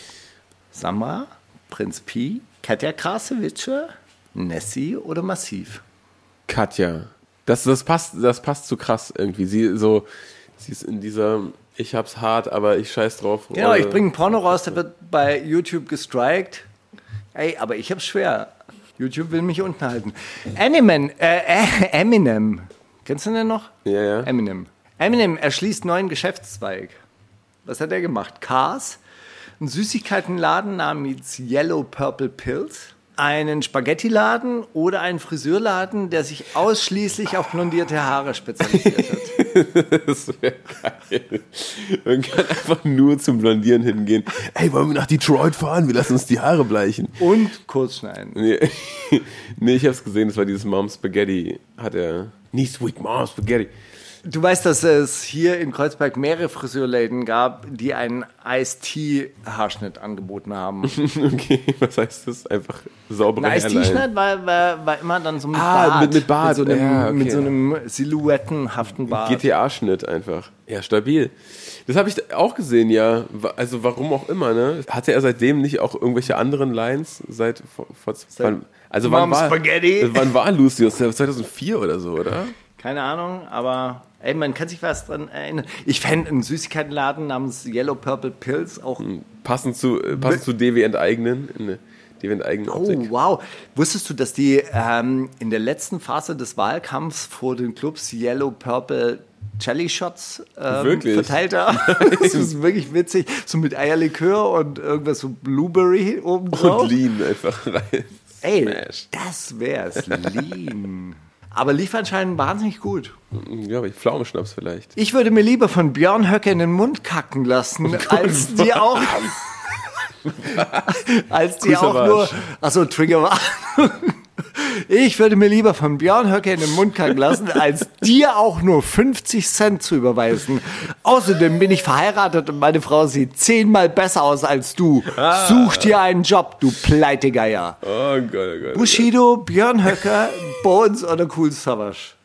Samra, Prinz Pi, Katja Krasewitsche, Nessie oder Massiv? Katja. Das, das, passt, das passt zu krass irgendwie. Sie, so, sie ist in dieser, ich hab's hart, aber ich scheiß drauf. Genau, Rolle. ich bringe ein Porno raus, der wird bei YouTube gestrikt. Ey, aber ich hab's schwer. YouTube will mich unten halten. Eminem, äh, äh, Eminem. Kennst du den noch? Ja, ja. Eminem. Eminem erschließt neuen Geschäftszweig. Was hat er gemacht? Cars, einen Süßigkeitenladen namens Yellow Purple Pills, einen Spaghettiladen oder einen Friseurladen, der sich ausschließlich auf blondierte Haare spezialisiert hat. Das wäre geil. Man kann einfach nur zum Blondieren hingehen. Ey, wollen wir nach Detroit fahren? Wir lassen uns die Haare bleichen. Und kurz schneiden. Nee, nee ich hab's gesehen, das war dieses Mom Spaghetti. Hat er. Nie Sweet Mom Spaghetti. Du weißt, dass es hier in Kreuzberg mehrere Friseurläden gab, die einen Ice-Tea-Haarschnitt angeboten haben. Okay, was heißt das? Einfach saubere Ein Hairline. Ice-Tea-Schnitt war, war, war immer dann so mit Ah, Bart. mit- mit Bart. Mit so einem, Ja, okay. mit so einem silhouettenhaften Bart. G T A-Schnitt einfach. Ja, stabil. Das habe ich auch gesehen, ja. Wa- Also warum auch immer, ne? Hatte er seitdem nicht auch irgendwelche anderen Lines? Seit vor, vor wann, also wann Mom war, Spaghetti. wann war Lucius? zweitausendvier oder so, oder? Keine Ahnung, aber ey, man kann sich was dran erinnern. Ich fände einen Süßigkeitenladen namens Yellow Purple Pills auch. Passend zu, äh, passend zu D W enteignen. In eine D W enteignen Oh, Optik. wow. Wusstest du, dass die ähm, in der letzten Phase des Wahlkampfs vor den Clubs Yellow Purple Jelly Shots ähm, Wirklich? verteilt haben? Das ist wirklich witzig. So mit Eierlikör und irgendwas so Blueberry oben drauf. Und Lean einfach rein. Ey, Smash. das wär's. Lean. Aber lief anscheinend wahnsinnig gut. Ja, aber Pflaumenschnaps vielleicht. Ich würde mir lieber von Björn Höcke in den Mund kacken lassen, als die auch... als die Grüße, auch nur... Barsch. Achso, Trigger war... Ich würde mir lieber von Björn Höcke in den Mund kacken lassen, als dir auch nur fünfzig Cent zu überweisen. Außerdem bin ich verheiratet und meine Frau sieht zehnmal besser aus als du. Such dir einen Job, du Pleitegeier. Oh Gott, oh Gott. Bushido, Björn Höcke, Bones oder Cool Savage?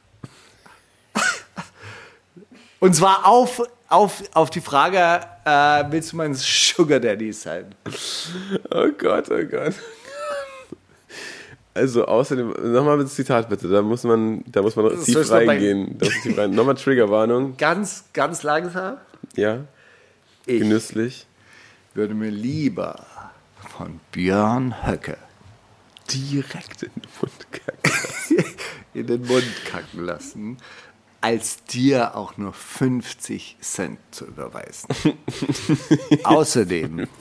Und zwar auf, auf, auf die Frage, äh, willst du mein Sugar Daddy sein? Oh Gott, oh Gott. Also außerdem, nochmal das Zitat bitte, da muss man, da muss man Soll tief ich noch bei- reingehen. Da muss man tief rein. Nochmal Triggerwarnung. Ganz, ganz langsam. Ja, Ich genüsslich. würde mir lieber von Björn Höcke Direkt in den Mund kacken. in den Mund kacken lassen, als dir auch nur fünfzig Cent zu überweisen. Außerdem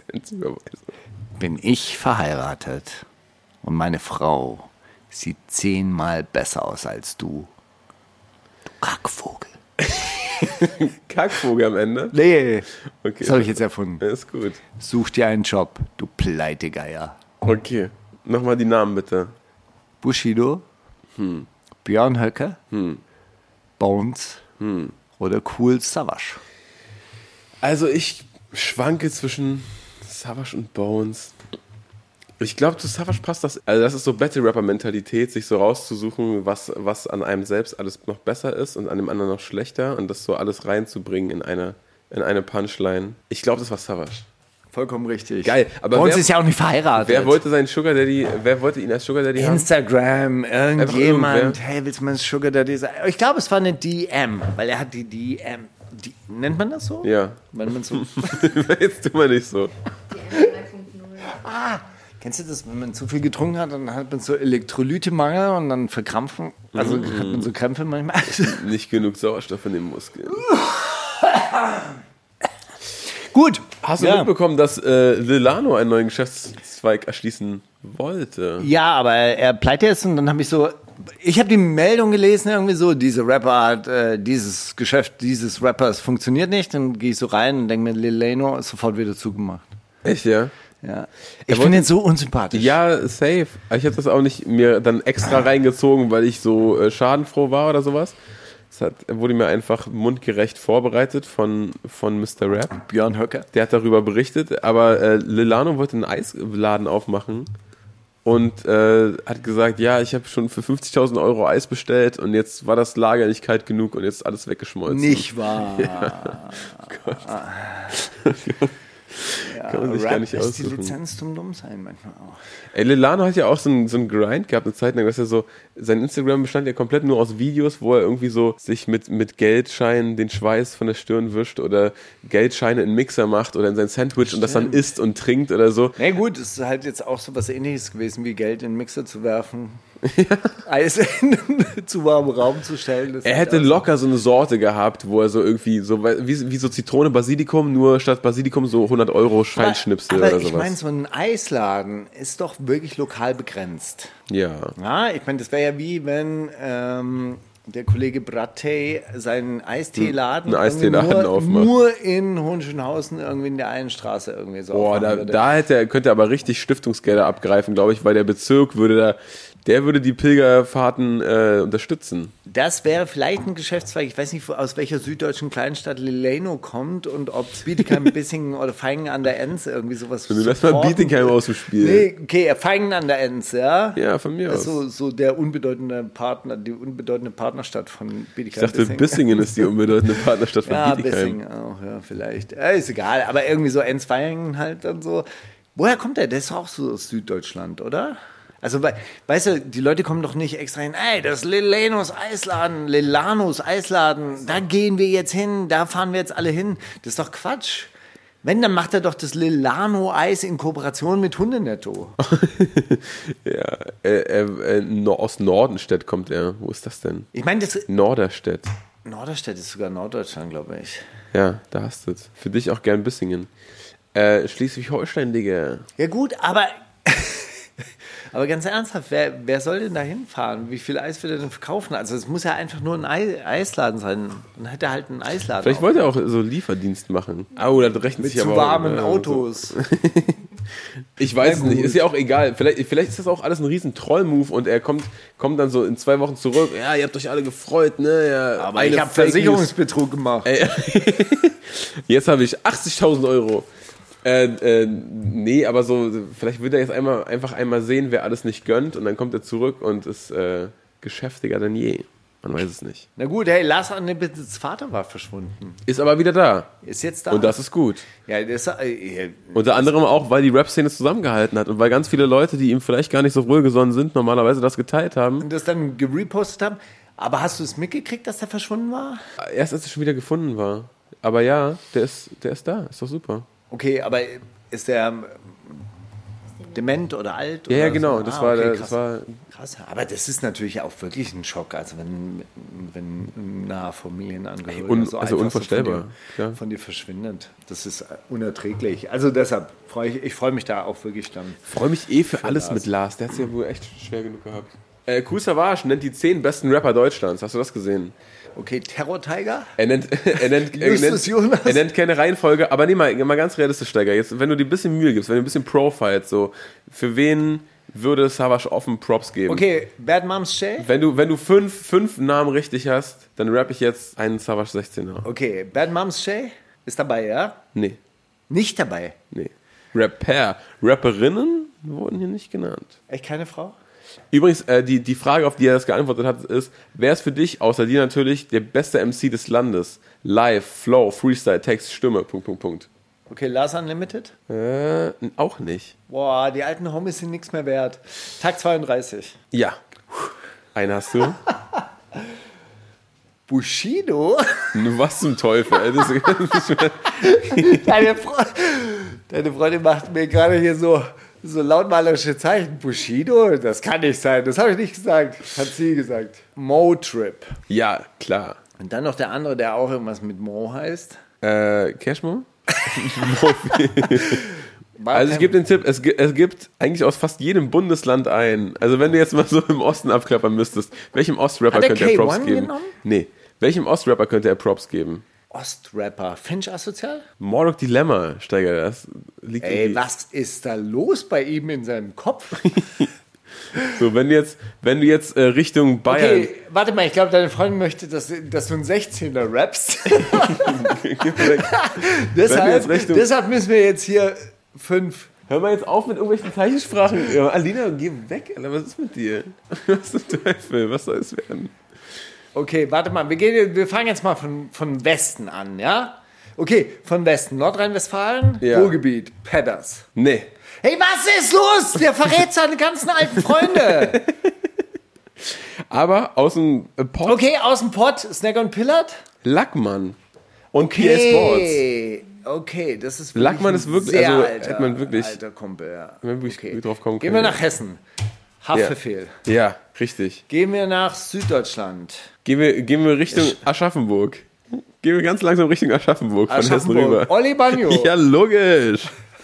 bin ich verheiratet und meine Frau sieht zehnmal besser aus als du. Du Kackvogel. Kackvogel am Ende? Nee, Okay. das habe ich jetzt erfunden. Ja, ist gut. Such dir einen Job, du Pleitegeier. Okay. Nochmal die Namen bitte. Bushido, hm. Björn Höcke, hm. Bones hm. oder Cool Savage. Also ich schwanke zwischen Savage und Bones. Ich glaube, zu Savage passt das. Also das ist so Battle-Rapper-Mentalität, sich so rauszusuchen, was, was an einem selbst alles noch besser ist und an dem anderen noch schlechter und das so alles reinzubringen in eine, in eine Punchline. Ich glaube, das war Savage. Vollkommen richtig. Geil. Aber Bones wer, ist ja auch nicht verheiratet. wer wollte seinen Sugar Daddy, wer wollte ihn als Sugar Daddy haben? Instagram, irgendjemand, irgendwer. hey, willst du mal Sugar Daddy sein? Ich glaube, es war eine D M, weil er hat die D M, die, nennt man das so? Ja. Weil man so, Jetzt tun wir nicht so. Die M drei Punkt null. ah, kennst du das, wenn man zu viel getrunken hat, dann hat man so Elektrolytemangel und dann verkrampfen, also hat man so Krämpfe manchmal. Nicht genug Sauerstoff in den Muskeln. Gut. Hast du ja. mitbekommen, dass äh, Lilano einen neuen Geschäftszweig erschließen wollte? Ja, aber er pleite ist und dann habe ich so, ich habe die Meldung gelesen, irgendwie so, diese Rapper hat, äh, dieses Geschäft dieses Rappers funktioniert nicht. Dann gehe ich so rein und denke mir, Lil Lano ist sofort wieder zugemacht. Echt, ja? Ja. Ich wollte- finde ihn so unsympathisch. Ja, safe. Ich habe das auch nicht mir dann extra reingezogen, weil ich so äh, schadenfroh war oder sowas. Es hat, wurde mir einfach mundgerecht vorbereitet von, von Mister Rap. Björn Höcke. Der hat darüber berichtet, aber äh, Lilano wollte einen Eisladen aufmachen und äh, hat gesagt, ja, ich habe schon für fünfzigtausend Euro Eis bestellt und jetzt war das Lager nicht kalt genug und jetzt ist alles weggeschmolzen. Nicht wahr. Ja, Kann man sich Rap gar nicht ist die aussuchen. Lizenz zum Dummsein manchmal auch. Ey, Lilano hat ja auch so einen so einen Grind gehabt, eine Zeit lang, dass er so, sein Instagram bestand ja komplett nur aus Videos, wo er irgendwie so sich mit, mit Geldscheinen den Schweiß von der Stirn wischt oder Geldscheine in Mixer macht oder in sein Sandwich und das dann isst und trinkt oder so. Na gut, es ist halt jetzt auch so was Ähnliches gewesen, wie Geld in den Mixer zu werfen, Eis in zu warmen Raum zu stellen. Das Er ist hätte auch- locker so eine Sorte gehabt, wo er so irgendwie, so wie, wie so Zitrone, Basilikum, nur statt Basilikum so hundert Euro Schweinschnipsel aber oder ich sowas. meine, so ein Eisladen ist doch wirklich lokal begrenzt. Ja. Ja, ich meine, das wäre ja wie wenn ähm, der Kollege Brattey seinen Eisteeladen Einen Eisteeladen irgendwie nur, aufmacht. nur in Hohenschönhausen irgendwie in der einen Straße irgendwie so Boah, aufmachen da, würde. da hätte er, könnte er aber richtig Stiftungsgelder abgreifen, glaube ich, weil der Bezirk würde da, der würde die Pilgerfahrten äh, unterstützen. Das wäre vielleicht ein Geschäftszweig. Ich weiß nicht, aus welcher süddeutschen Kleinstadt Lileno kommt und ob Bietigheim, Bissingen oder Feingen an der Enz irgendwie sowas. Du lass mal supporten. Bietigheim aus dem Spiel. Nee, okay, Feingen an der Enz, ja. Ja, von mir Das aus. ist so, so der unbedeutende Partner, die unbedeutende Partnerstadt von Ich Bietigheim. dachte, Bissingen ist die unbedeutende Partnerstadt von Ja, Bietigheim. Bissingen auch, ja, vielleicht. Ja, ist egal, aber irgendwie so Enz-Feingen halt dann so. Woher kommt der? Der ist auch so aus Süddeutschland, oder? Also, we- weißt du, die Leute kommen doch nicht extra hin, ey, das ist Lilanos Eisladen, Lilanos Eisladen, da gehen wir jetzt hin, da fahren wir jetzt alle hin. Das ist doch Quatsch. Wenn, dann macht er doch das Lilano-Eis in Kooperation mit Hundenetto. Ja, äh, äh, äh, no, aus Nordenstedt kommt er. Wo ist das denn? Ich meine, das Norderstedt. Norderstedt ist sogar Norddeutschland, glaube ich. Ja, da hast du es. Für dich auch gern Bissingen. Äh, Schleswig-Holstein, Digga. Ja gut, aber, aber ganz ernsthaft, wer, wer soll denn da hinfahren? Wie viel Eis will er denn verkaufen? Also es muss ja einfach nur ein Ei, Eisladen sein. Dann hätte er halt einen Eisladen. Vielleicht wollte er auch so Lieferdienst machen. Oh, da rechnet mit sich zu aber auch, warmen äh, Autos. Ich weiß Na es nicht, gut. ist ja auch egal. Vielleicht, vielleicht ist das auch alles ein riesen Troll-Move und er kommt, kommt dann so in zwei Wochen zurück. Ja, ihr habt euch alle gefreut, ne? Ja, Aber eine ich habe Fake News. Versicherungsbetrug gemacht. Ey, jetzt habe ich achtzigtausend Euro. Äh, äh, nee, aber so, vielleicht will er jetzt einmal, einfach einmal sehen, wer alles nicht gönnt und dann kommt er zurück und ist äh, geschäftiger denn je. Man weiß es nicht. Na gut, hey, Lars Annebitzes Vater war verschwunden. Ist aber wieder da. Ist jetzt da. Und das ist gut. ja, das, äh, Unter anderem auch, weil die Rap-Szene zusammengehalten hat und weil ganz viele Leute, die ihm vielleicht gar nicht so wohlgesonnen sind, normalerweise das geteilt haben. das dann gerepostet haben. Aber hast du es mitgekriegt, dass der verschwunden war? Erst als er schon wieder gefunden war. Aber ja, der ist, der ist da. Ist doch super. Okay, aber ist der ähm, dement oder alt? Ja, oder ja, genau. So? Das, Ah, war, okay, der, krass. das war. Krass, aber das ist natürlich auch wirklich ein Schock, also wenn, wenn ein naher Familienangehöriger Un- so also einfach unvorstellbar, so von, dir, ja. von dir verschwindet. Das ist unerträglich. Also deshalb freue ich, ich freue mich da auch wirklich dann. Ich freue mich eh für Für alles Lars. mit Lars. Der hat es ja wohl echt schwer genug gehabt. Äh, Kool Savas nennt die zehn besten Rapper Deutschlands. Hast du das gesehen? Okay, Terror Tiger? Er nennt, er nennt, er Justus nennt, Jonas? er nennt keine Reihenfolge, aber nee, mal, mal ganz realistisch, Steiger. Jetzt, wenn du dir ein bisschen Mühe gibst, wenn du ein bisschen profilst, so, für wen würde Savas offen Props geben? Okay, Bad Moms Shay? Wenn du, wenn du fünf, fünf Namen richtig hast, dann rapp ich jetzt einen Savas sechzehner. Okay, Bad Moms Shay ist dabei, ja? Nee, Nicht dabei. nee. Rapper. Rapperinnen wurden hier nicht genannt. Echt keine Frau? Übrigens, äh, die, die Frage, auf die er das geantwortet hat, ist, wer ist für dich, außer dir natürlich, der beste M C des Landes? Live, Flow, Freestyle, Text, Stimme, Punkt, Punkt, Punkt. Okay, Lars Unlimited? Äh, auch nicht. Boah, die alten Homies sind nichts mehr wert. Tag zweiunddreißig. Ja. Einen hast du. Bushido? Was zum Teufel? ey, Das, Deine, Fre Deine Freundin macht mir gerade hier so, so lautmalerische Zeichen. Bushido? Das kann nicht sein. Das habe ich nicht gesagt. Hat sie gesagt. Mo-Trip. ja, klar. Und dann noch der andere, der auch irgendwas mit Mo heißt. Äh, Cashmo? Also ich gebe den Tipp, es gibt, es gibt eigentlich aus fast jedem Bundesland einen. Also wenn du jetzt mal so im Osten abklappern müsstest, welchem Ostrapper Hat der könnte er K Props eins geben? genommen? Nee. Welchem Ostrapper könnte er Props geben? Ostrapper. Finch asozial? Mordok Dilemma, Steiger, das liegt Ey, irgendwie- was ist da los bei ihm in seinem Kopf? So, wenn du jetzt, wenn du jetzt äh, Richtung Bayern... Okay, warte mal, ich glaube, deine Freundin möchte, dass, dass du einen sechzehner rappst. deshalb, jetzt Richtung- deshalb müssen wir jetzt hier fünf. Hör mal jetzt auf mit irgendwelchen Zeichensprachen. Ja, Alina, geh weg, Alter, was ist mit dir? Was zum Teufel, was soll es werden? Okay, warte mal, wir, gehen, wir fangen jetzt mal von, von Westen an, ja? Okay, von Westen. Nordrhein-Westfalen, Ja. Ruhrgebiet, Pedders. Nee. Hey, was ist los? Der verrät seine ganzen alten Freunde. Aber aus dem äh, Pop, Okay, aus dem Pott, Snack und Pillard. Lackmann und P S Sports. Okay, okay, das ist Lackmann ein ist wirklich- sehr also alter, hätte man wirklich- alter Kumpel, ja. Wenn wir wirklich Okay. drauf kommen Gehen können. wir nach Hessen. Haftbefehl. Ja, richtig. Gehen wir nach Süddeutschland. Gehen wir, gehen wir Richtung Aschaffenburg. Gehen wir ganz langsam Richtung Aschaffenburg von Hessen Aschaffenburg. rüber. Olli Bagno. Ja, logisch.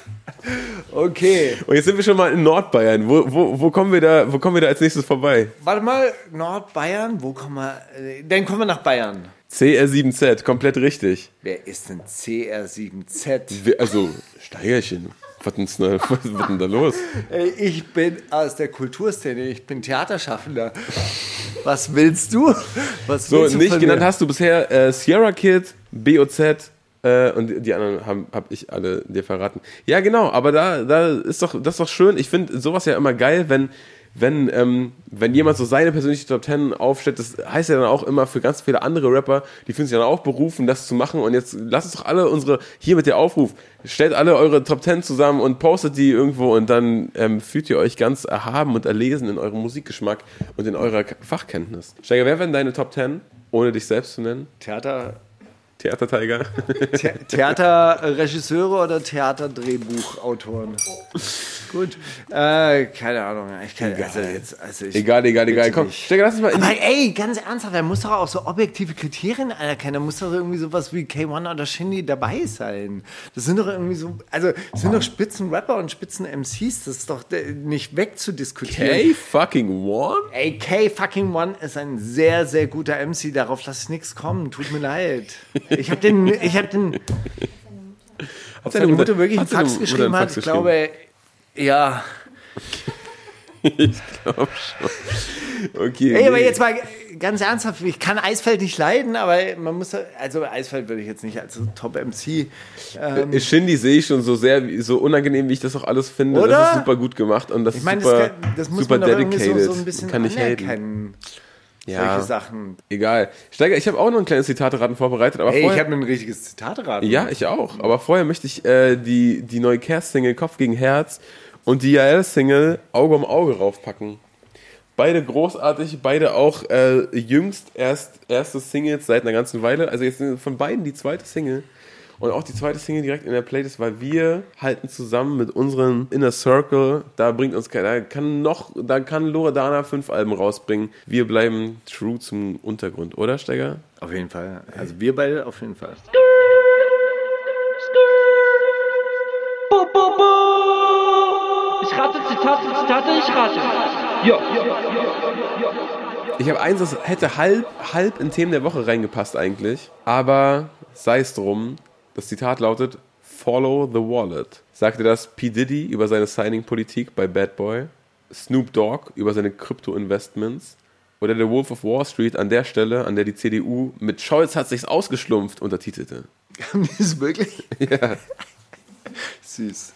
Okay. Und jetzt sind wir schon mal in Nordbayern. Wo, wo, wo, kommen wir da, wo kommen wir da als nächstes vorbei? Warte mal, Nordbayern, wo kommen wir? äh, Dann kommen wir nach Bayern. C R sieben Z, komplett richtig. Wer ist denn C R sieben Z? Wir- Also, Steigerchen. Was ist denn da, was ist denn da los? Ey, ich bin aus der Kulturszene, ich bin Theaterschaffender. Was willst du? Was So, willst du nicht von genannt mir? hast du bisher äh, Sierra Kid, B O Z äh, und die anderen habe hab ich alle dir verraten. Ja, genau, aber da, da ist doch, das ist doch schön. Ich finde sowas ja immer geil, wenn, wenn, ähm, wenn jemand so seine persönliche Top Ten aufstellt. Das heißt ja dann auch immer für ganz viele andere Rapper, die fühlen sich dann auch berufen, das zu machen. Und jetzt lasst uns doch alle unsere, hier mit der Aufruf, stellt alle eure Top Ten zusammen und postet die irgendwo und dann ähm, fühlt ihr euch ganz erhaben und erlesen in eurem Musikgeschmack und in eurer K- Fachkenntnis. Steiger, wer wären deine Top Ten, ohne dich selbst zu nennen? Theater, Theatertiger? The Theaterregisseure oder Theaterdrehbuchautoren? Gut. Äh, keine Ahnung. Ich kann, also jetzt, also ich, Egal, egal, egal. bitte Komm, nicht. Steiger, lass uns mal in Aber die... ey, ganz ernsthaft, da muss doch auch so objektive Kriterien anerkennen. Da muss doch irgendwie sowas wie K eins oder Shindy dabei sein. Das sind doch irgendwie so, also das sind doch Spitzenrapper und Spitzen-M Cs. Das ist doch äh, nicht wegzudiskutieren. K fucking one? Ey, K fucking One ist ein sehr, sehr guter M C. Darauf lasse ich nichts kommen. Tut mir leid. Ich habe den, ich habe den, ob deine seine Mutter- Mutter wirklich einen hat deine Fax Mutter geschrieben einen hat, Fax ich glaube, ja. Ich glaube schon. Okay. Ey, aber nee. jetzt mal ganz ernsthaft, ich kann Eisfeld nicht leiden, aber man muss, also Eisfeld würde ich jetzt nicht als so Top-M C. Ähm, Äh, Shindy sehe ich schon so sehr, wie- so unangenehm, wie ich das auch alles finde. Oder? Das ist super gut gemacht und das ich meine, ist super, das, kann- das muss super man doch irgendwie dedicated. so, so ein bisschen Kann ich haten. anerkennen. Ja. Solche Sachen. Egal. Steiger, ich habe auch noch ein kleines Zitateraten vorbereitet, aber Ey, ich vorher... habe ein richtiges Zitat-Raten. Ja, ich auch. Aber vorher möchte ich äh, die, die neue Care-Single Kopf gegen Herz und die I L-Single Auge um Auge raufpacken. Beide großartig, beide auch äh, jüngst erst erste Singles seit einer ganzen Weile. Also jetzt sind von beiden die zweite Single. Und auch die zweite Single direkt in der Playlist, weil wir halten zusammen mit unserem Inner Circle. Da bringt uns keiner, da kann noch, da kann Loredana fünf Alben rausbringen. Wir bleiben true zum Untergrund, oder Steiger? Auf jeden Fall. Also wir beide auf jeden Fall. Ich rate, Zitate, Zitate, ich rate. Ich habe eins, das hätte halb, halb in Themen der Woche reingepasst eigentlich. Aber sei es drum. Das Zitat lautet: Follow the wallet. Sagte das P. Diddy über seine Signing-Politik bei Bad Boy, Snoop Dogg über seine Krypto-Investments oder der Wolf of Wall Street an der Stelle, an der die C D U mit Scholz hat sich's ausgeschlumpft untertitelte. Ist wirklich? Ja. Süß.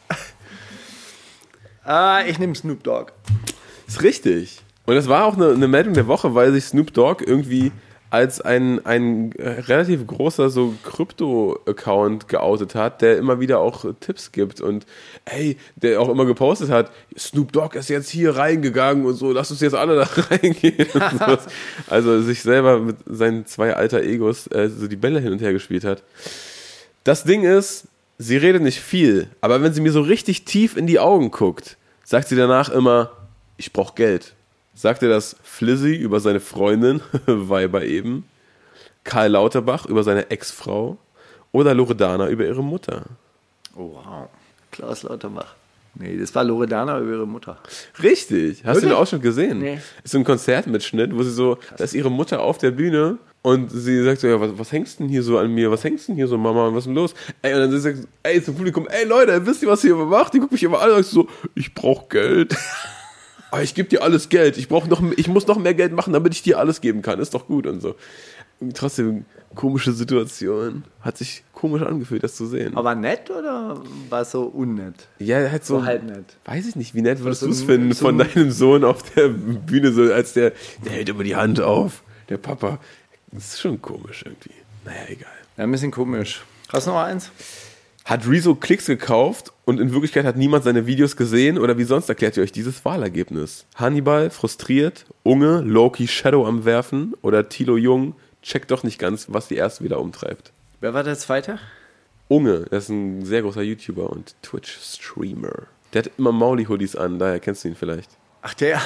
Ah, ich nehme Snoop Dogg. Ist richtig. Und das war auch eine, eine Meldung der Woche, weil sich Snoop Dogg irgendwie als ein, ein relativ großer so Krypto-Account geoutet hat, der immer wieder auch Tipps gibt und hey, der auch immer gepostet hat, Snoop Dogg ist jetzt hier reingegangen und so, lass uns jetzt alle da reingehen. Und so. Also sich selber mit seinen zwei alter Egos äh, so die Bälle hin und her gespielt hat. Das Ding ist, sie redet nicht viel, aber wenn sie mir so richtig tief in die Augen guckt, sagt sie danach immer, ich brauch Geld. Sagte das Flizzy über seine Freundin, Weiber eben, Karl Lauterbach über seine Ex-Frau oder Loredana über ihre Mutter? Oh, wow. Klaus Lauterbach. Nee, das war Loredana über ihre Mutter. Richtig. Hast Wirklich? du den Ausschnitt gesehen? Nee. Ist so ein Konzertmitschnitt, wo sie so, da ist ihre Mutter auf der Bühne und sie sagt so, ja, was, was hängst denn hier so an mir? Was hängst denn hier so, Mama? Was ist denn los? Ey, und dann sagt sie, ey, zum Publikum, ey Leute, wisst ihr, was ihr macht? Die gucken mich immer an und sagen so, ich brauch Geld. Aber ich gebe dir alles Geld. Ich brauche noch, ich muss noch mehr Geld machen, damit ich dir alles geben kann. Ist doch gut und so. Und trotzdem komische Situation. Hat sich komisch angefühlt, das zu sehen. Aber nett oder war es so unnett? Ja, halt so, So halb nett. Weiß ich nicht, wie nett würdest So du es ein- finden so von ein- deinem Sohn auf der Bühne, so als der, der hält immer die Hand auf. Der Papa. Das ist schon komisch irgendwie. Naja, egal. Ja, ein bisschen komisch. Hast du noch eins? Hat Rezo Klicks gekauft und in Wirklichkeit hat niemand seine Videos gesehen oder wie sonst erklärt ihr euch dieses Wahlergebnis? Hannibal frustriert, Unge Loki Shadow am Werfen oder Thilo Jung checkt doch nicht ganz, was die erste wieder umtreibt. Wer war der Zweite? Unge, das ist ein sehr großer YouTuber und Twitch-Streamer. Der hat immer Mauli-Hoodies an, daher kennst du ihn vielleicht. Ach, der.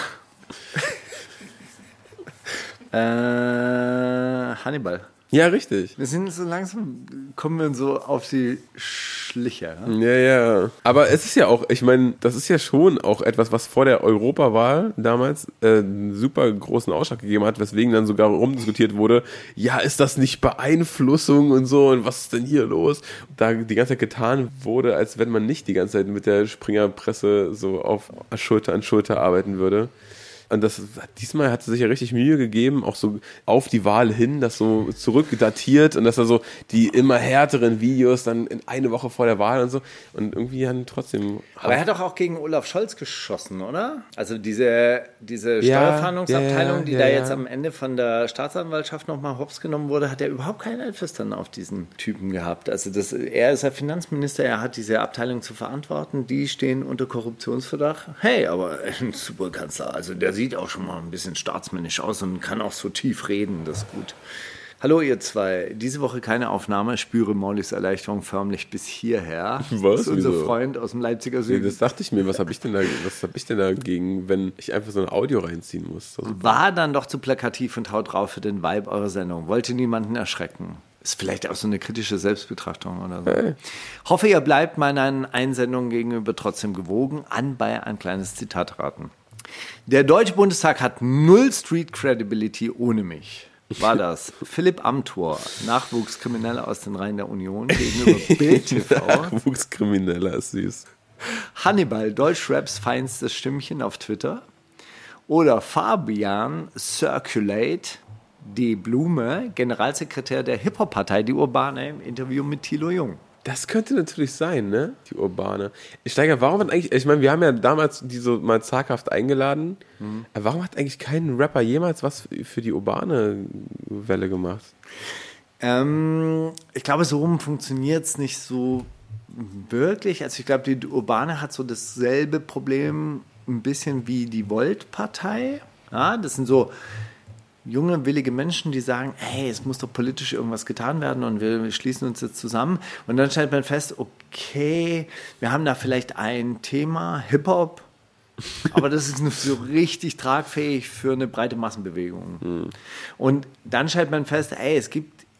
äh, Hannibal. Ja, richtig. Wir sind so langsam, kommen wir so auf die Schliche. Ja? Ja, ja. Aber es ist ja auch, ich meine, das ist ja schon auch etwas, was vor der Europawahl damals äh, einen super großen Ausschlag gegeben hat, weswegen dann sogar rumdiskutiert wurde, ja, ist das nicht Beeinflussung und so und was ist denn hier los? Da die ganze Zeit getan wurde, als wenn man nicht die ganze Zeit mit der Springerpresse so auf Schulter an Schulter arbeiten würde. Und das, diesmal hat sie sich ja richtig Mühe gegeben, auch so auf die Wahl hin, das so zurückdatiert und dass er so die immer härteren Videos dann in eine Woche vor der Wahl und so und irgendwie dann trotzdem... Aber er hat doch auch gegen Olaf Scholz geschossen, oder? Also diese, diese Ja, Steuerfahndungsabteilung, ja, ja, die ja, da ja. jetzt am Ende von der Staatsanwaltschaft nochmal hops genommen wurde, hat er überhaupt keinen Einfluss dann auf diesen Typen gehabt. Also das, er ist ja Finanzminister, er hat diese Abteilung zu verantworten, die stehen unter Korruptionsverdacht. Hey, aber ein super Kanzler, also der sieht auch schon mal ein bisschen staatsmännisch aus und kann auch so tief reden, das ist gut. Hallo ihr zwei, diese Woche keine Aufnahme, spüre Maulis Erleichterung förmlich bis hierher. Was? Das ist unser Wieso? Freund aus dem Leipziger Nee, Süden. das dachte ich mir, was habe ich denn da, was habe ich denn dagegen, wenn ich einfach so ein Audio reinziehen muss? Also, War dann doch zu plakativ und haut drauf für den Vibe eurer Sendung. Wollte niemanden erschrecken. Ist vielleicht auch so eine kritische Selbstbetrachtung oder so. Hey. Hoffe, ihr bleibt meinen Einsendungen gegenüber trotzdem gewogen. Anbei ein kleines Zitat raten. Der Deutsche Bundestag hat null Street Credibility ohne mich. War das Philipp Amthor, Nachwuchskrimineller aus den Reihen der Union gegenüber Bild T V? Nachwuchskrimineller ist süß. Hannibal, Deutschraps feinstes Stimmchen auf Twitter? Oder Fabian Circulate, die Blume, Generalsekretär der Hip-Hop-Partei Die Urbane im Interview mit Thilo Jung? Das könnte natürlich sein, ne? Die Urbane. Steiger, warum hat eigentlich, ich meine, wir haben ja damals die so mal zaghaft eingeladen, mhm. aber warum hat eigentlich kein Rapper jemals was für die urbane Welle gemacht? Ähm, ich glaube, so rum funktioniert es nicht so wirklich. Also ich glaube, die Urbane hat so dasselbe Problem ein bisschen wie die Volt-Partei. Ja, das sind so junge, willige Menschen, die sagen, hey, es muss doch politisch irgendwas getan werden und wir schließen uns jetzt zusammen. Und dann stellt man fest, okay, wir haben da vielleicht ein Thema, Hip-Hop, aber das ist nicht so richtig tragfähig für eine breite Massenbewegung. Mhm. Und dann stellt man fest, hey, es gibt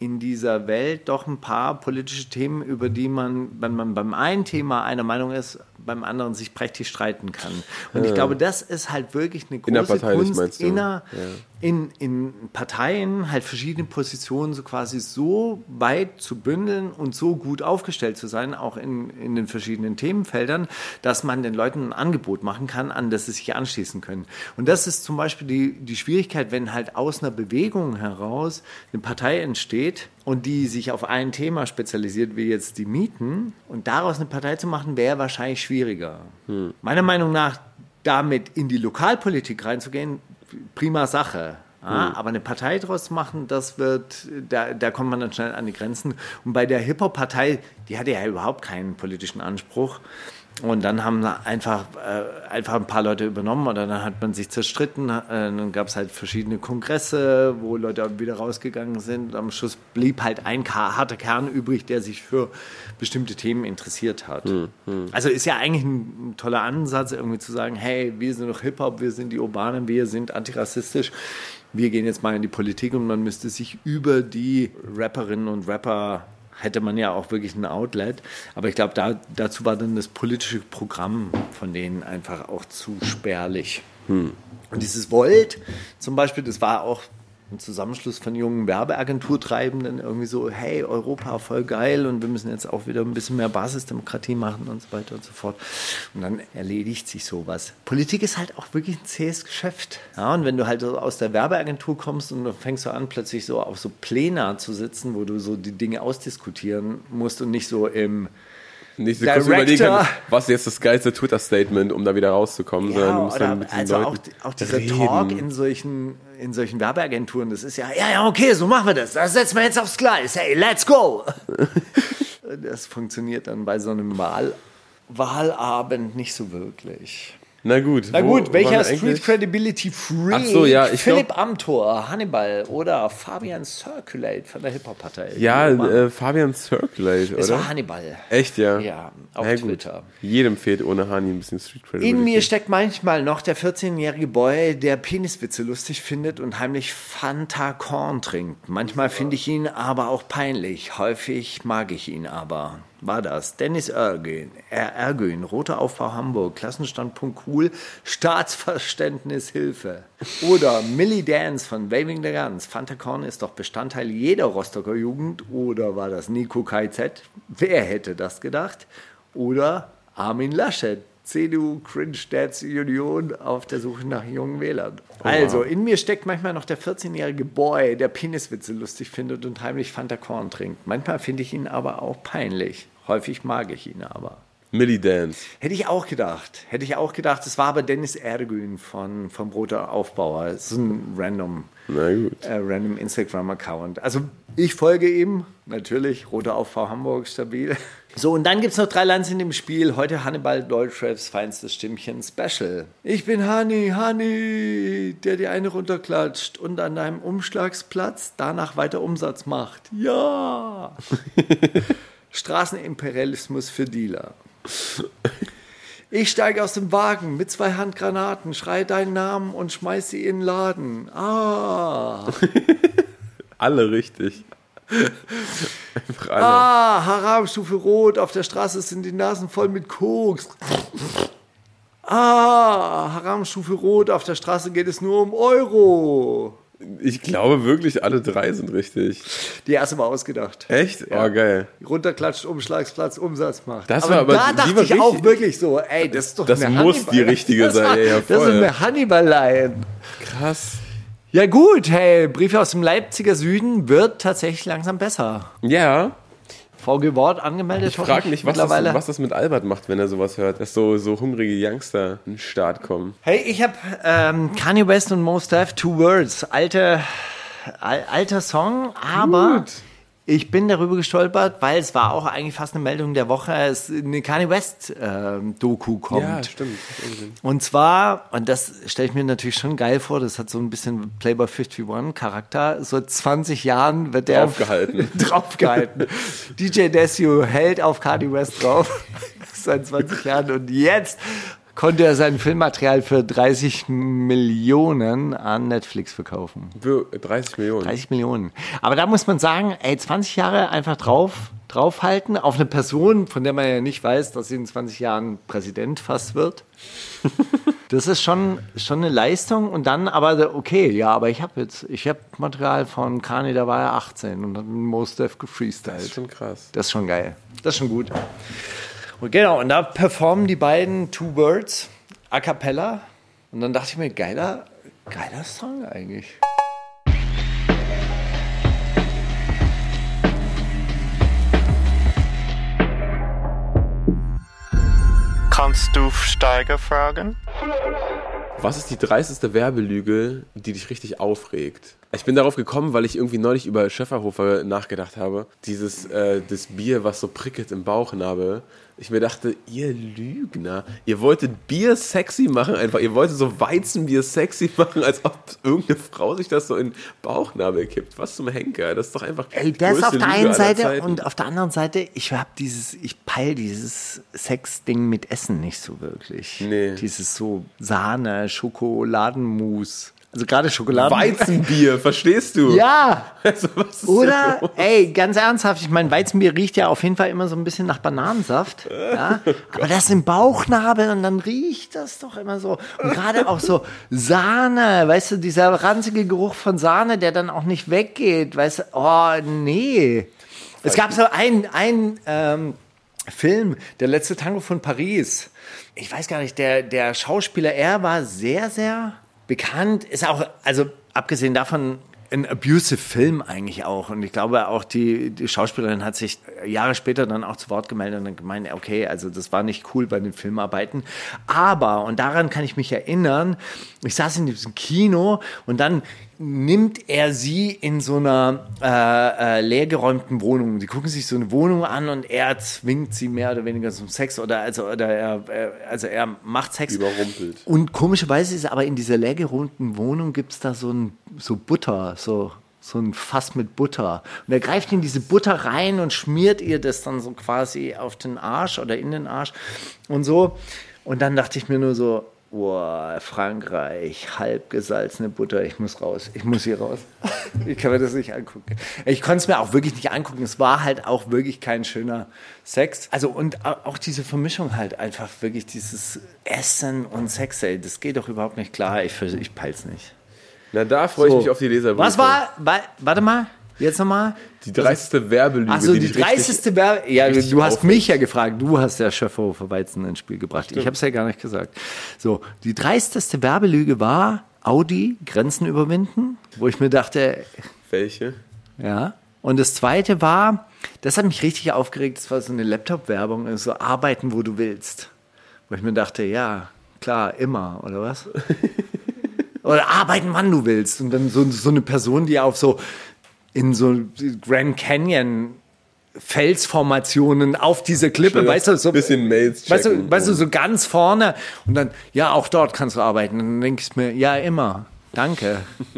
in dieser Welt doch ein paar politische Themen, über die man, wenn man beim einen Thema einer Meinung ist, beim anderen sich prächtig streiten kann. Und ja. ich glaube, das ist halt wirklich eine große Kunst, meinst du? Inner, Ja. in, in Parteien halt verschiedene Positionen so quasi so weit zu bündeln und so gut aufgestellt zu sein, auch in, in den verschiedenen Themenfeldern, dass man den Leuten ein Angebot machen kann, an das sie sich anschließen können. Und das ist zum Beispiel die, die Schwierigkeit, wenn halt aus einer Bewegung heraus eine Partei entsteht und die sich auf ein Thema spezialisiert, wie jetzt die Mieten, und daraus eine Partei zu machen, wäre wahrscheinlich schwieriger. Hm. Meiner Meinung nach, damit in die Lokalpolitik reinzugehen, prima Sache. Ja, hm. Aber eine Partei draus machen, das wird, da, da kommt man dann schnell an die Grenzen. Und bei der Hip-Hop-Partei, die hatte ja überhaupt keinen politischen Anspruch. Und dann haben einfach, äh, einfach ein paar Leute übernommen oder dann hat man sich zerstritten. Äh, dann gab es halt verschiedene Kongresse, wo Leute wieder rausgegangen sind. Am Schluss blieb halt ein harter Kern übrig, der sich für bestimmte Themen interessiert hat. Hm, hm. Also ist ja eigentlich ein, ein toller Ansatz, irgendwie zu sagen, hey, wir sind doch Hip-Hop, wir sind die Urbanen, wir sind antirassistisch. Wir gehen jetzt mal in die Politik und man müsste sich über die Rapperinnen und Rapper hätte man ja auch wirklich ein Outlet. Aber ich glaube, da, dazu war dann das politische Programm von denen einfach auch zu spärlich. Hm. Und dieses Volt zum Beispiel, das war auch ein Zusammenschluss von jungen Werbeagenturtreibenden, irgendwie so, hey, Europa, voll geil und wir müssen jetzt auch wieder ein bisschen mehr Basisdemokratie machen und so weiter und so fort. Und dann erledigt sich sowas. Politik ist halt auch wirklich ein zähes Geschäft. Ja, und wenn du halt aus der Werbeagentur kommst und dann fängst du an, plötzlich so auf so Plena zu sitzen, wo du so die Dinge ausdiskutieren musst und nicht so im Nicht so kurz überlegen, was ist jetzt das geilste Twitter-Statement, um da wieder rauszukommen, ja, sondern du musst oder, dann mit diesen also Leuten auch, auch dieser reden. Talk in solchen, in solchen Werbeagenturen, das ist ja, ja, ja, okay, so machen wir das, das setzen wir jetzt aufs Gleis, hey, let's go! Das funktioniert dann bei so einem Wahl, Wahlabend nicht so wirklich. Na gut. Na gut, welcher Street Credibility Freak? Ach so, ja, ich Philipp glaub, Amthor, Hannibal oder Fabian Circulate von der Hip-Hop-Partei. Ja, äh, Fabian Circulate, oder? Es war Hannibal. Echt, ja? Ja, auf Na Twitter. Gut. Jedem fehlt ohne Hani ein bisschen Street Credibility. In mir steckt manchmal noch der vierzehnjährige Boy, der Peniswitze lustig findet und heimlich Fanta Korn trinkt. Manchmal finde ich ihn aber auch peinlich. Häufig mag ich ihn aber. War das Dennis Ergün, Ergün, Roter Aufbau Hamburg, Klassenstandpunkt cool, Staatsverständnis Hilfe. Oder Millie Dance von Waving the Guns. Fanta Korn ist doch Bestandteil jeder Rostocker Jugend. Oder war das Nico K Z? Wer hätte das gedacht? Oder Armin Laschet, C D U Cringe Dads Union auf der Suche nach jungen Wählern. Oh, also, wow. In mir steckt manchmal noch der vierzehnjährige Boy, der Peniswitze lustig findet und heimlich Fanta Korn trinkt. Manchmal finde ich ihn aber auch peinlich. Häufig mag ich ihn aber. Millie Dance. Hätte ich auch gedacht. Hätte ich auch gedacht, es war aber Dennis Ergün von, vom Roter Aufbauer. Das ist ein random, äh, random Instagram-Account. Also ich folge ihm, natürlich, Roter Aufbau Hamburg, stabil. So, und dann gibt es noch drei Lines in dem Spiel. Heute Hannibal Deutschraps feinstes Stimmchen Special. Ich bin Hanni, Hanni, der dir eine runterklatscht und an deinem Umschlagsplatz danach weiter Umsatz macht. Ja! Straßenimperialismus für Dealer. Ich steige aus dem Wagen mit zwei Handgranaten, schreie deinen Namen und schmeiß sie in den Laden. Ah! Alle richtig. Einfach alle. Ah, Haramstufe Rot, auf der Straße sind die Nasen voll mit Koks. Ah, Haramstufe Rot, auf der Straße geht es nur um Euro. Ich glaube wirklich, alle drei sind richtig. Die erste war ausgedacht. Echt? Ja. Oh, geil. Runterklatscht, Umschlagsplatz, Umsatz macht. Das aber, war aber da dachte ich richtig, auch wirklich so, ey, das ist doch das eine muss Hannibal. die richtige das sein. War, ja, ja, das ist voll. eine Hannibal-Line. Krass. Ja gut, hey, Briefe aus dem Leipziger Süden wird tatsächlich langsam besser. Ja. V G Wort angemeldet. Ich frage mich, was das, was das mit Albert macht, wenn er sowas hört, dass so, so hungrige Youngster in den Start kommen. Hey, ich habe ähm, Kanye West und Mos Def, Two Words, alte, al, alter Song, aber Gut. ich bin darüber gestolpert, weil es war auch eigentlich fast eine Meldung der Woche, es eine Kanye West ähm, Doku kommt. Ja, stimmt. Und zwar, und das stelle ich mir natürlich schon geil vor, das hat so ein bisschen Playboy einundfünfzig Charakter, so zwanzig Jahren wird der draufgehalten. draufgehalten. D J Desio hält auf Kanye West drauf seit zwanzig Jahren und jetzt konnte er sein Filmmaterial für dreißig Millionen an Netflix verkaufen. Für dreißig Millionen. dreißig Millionen. Aber da muss man sagen, ey, zwanzig Jahre einfach drauf, draufhalten auf eine Person, von der man ja nicht weiß, dass sie in zwanzig Jahren Präsident fast wird. Das ist schon, schon eine Leistung. Und dann aber, okay, ja, aber ich habe jetzt, ich habe Material von Kanye, da war er achtzehn und hat mit Mos Def gefreestylt. Das ist schon krass. Das ist schon geil. Das ist schon gut. Und genau, und da performen die beiden Two Words a cappella. Und dann dachte ich mir, geiler, geiler Song eigentlich. Kannst du Steiger fragen? Was ist die dreisteste Werbelüge, die dich richtig aufregt? Ich bin darauf gekommen, weil ich irgendwie neulich über Schäferhofer nachgedacht habe. Dieses, äh, das Bier, was so prickelt im Bauchnabel. Ich mir dachte, ihr Lügner, ihr wolltet Bier sexy machen einfach. Ihr wolltet so Weizenbier sexy machen, als ob irgendeine Frau sich das so in den Bauchnabel kippt. Was zum Henker? Das ist doch einfach Ey, die das größte auf der Lüge einen aller Seite Zeiten. und auf der anderen Seite, ich hab dieses, ich peil dieses Sex-Ding mit Essen nicht so wirklich. Nee. Dieses so Sahne, Schokoladenmus. Also gerade Schokoladen. Weizenbier, verstehst du? Ja. Also, was ist Oder, denn los? ey, ganz ernsthaft, ich meine, Weizenbier riecht ja auf jeden Fall immer so ein bisschen nach Bananensaft. Ja? Aber das im Bauchnabel und dann riecht das doch immer so. Und gerade auch so Sahne, weißt du, dieser ranzige Geruch von Sahne, der dann auch nicht weggeht, weißt du, oh, nee. Es gab so einen, einen ähm, Film, Der letzte Tango von Paris. Ich weiß gar nicht, der, der Schauspieler, er war sehr, sehr bekannt, ist auch, also abgesehen davon, ein abusive Film eigentlich auch. Und ich glaube auch, die, die Schauspielerin hat sich Jahre später dann auch zu Wort gemeldet und dann gemeint, okay, also das war nicht cool bei den Filmarbeiten. Aber, und daran kann ich mich erinnern, ich saß in diesem Kino und dann nimmt er sie in so einer äh, äh, leergeräumten Wohnung. Die gucken sich so eine Wohnung an und er zwingt sie mehr oder weniger zum Sex oder also oder er äh, also er macht Sex. Überrumpelt. Und komischerweise ist aber in dieser leergeräumten Wohnung gibt's da so ein so Butter, so so ein Fass mit Butter. Und er greift in diese Butter rein und schmiert ihr das dann so quasi auf den Arsch oder in den Arsch und so. Und dann dachte ich mir nur so, boah, Frankreich, halb gesalzene Butter, ich muss raus, ich muss hier raus. Ich kann mir das nicht angucken. Ich konnte es mir auch wirklich nicht angucken. Es war halt auch wirklich kein schöner Sex. Also und auch diese Vermischung halt einfach wirklich dieses Essen und Sex, ey, das geht doch überhaupt nicht klar. Ich, ich peil's nicht. Na, da freue ich So. mich auf die Leserbriefe. Was war, wa- warte mal, jetzt nochmal. Die dreisteste Werbelüge, Also die dich richtig- dreisteste Werbe. Ja, richtig du hast aufregt. mich ja gefragt. Du hast ja Schöfferhofer Weizen ins Spiel gebracht. Ich habe es ja gar nicht gesagt. So, die dreisteste Werbelüge war Audi Grenzen überwinden, wo ich mir dachte, Welche? ja. Und das zweite war, das hat mich richtig aufgeregt. Das war so eine Laptop-Werbung, so arbeiten, wo du willst, wo ich mir dachte, ja, klar, immer oder was? Oder arbeiten, wann du willst. Und dann so, so eine Person, die auf so in so Grand Canyon Felsformationen auf diese Klippe, Schnell weißt du, so bisschen Mails weißt checken. du, weißt du, so ganz vorne und dann, ja, auch dort kannst du arbeiten. Und dann denke ich mir, ja, immer, danke.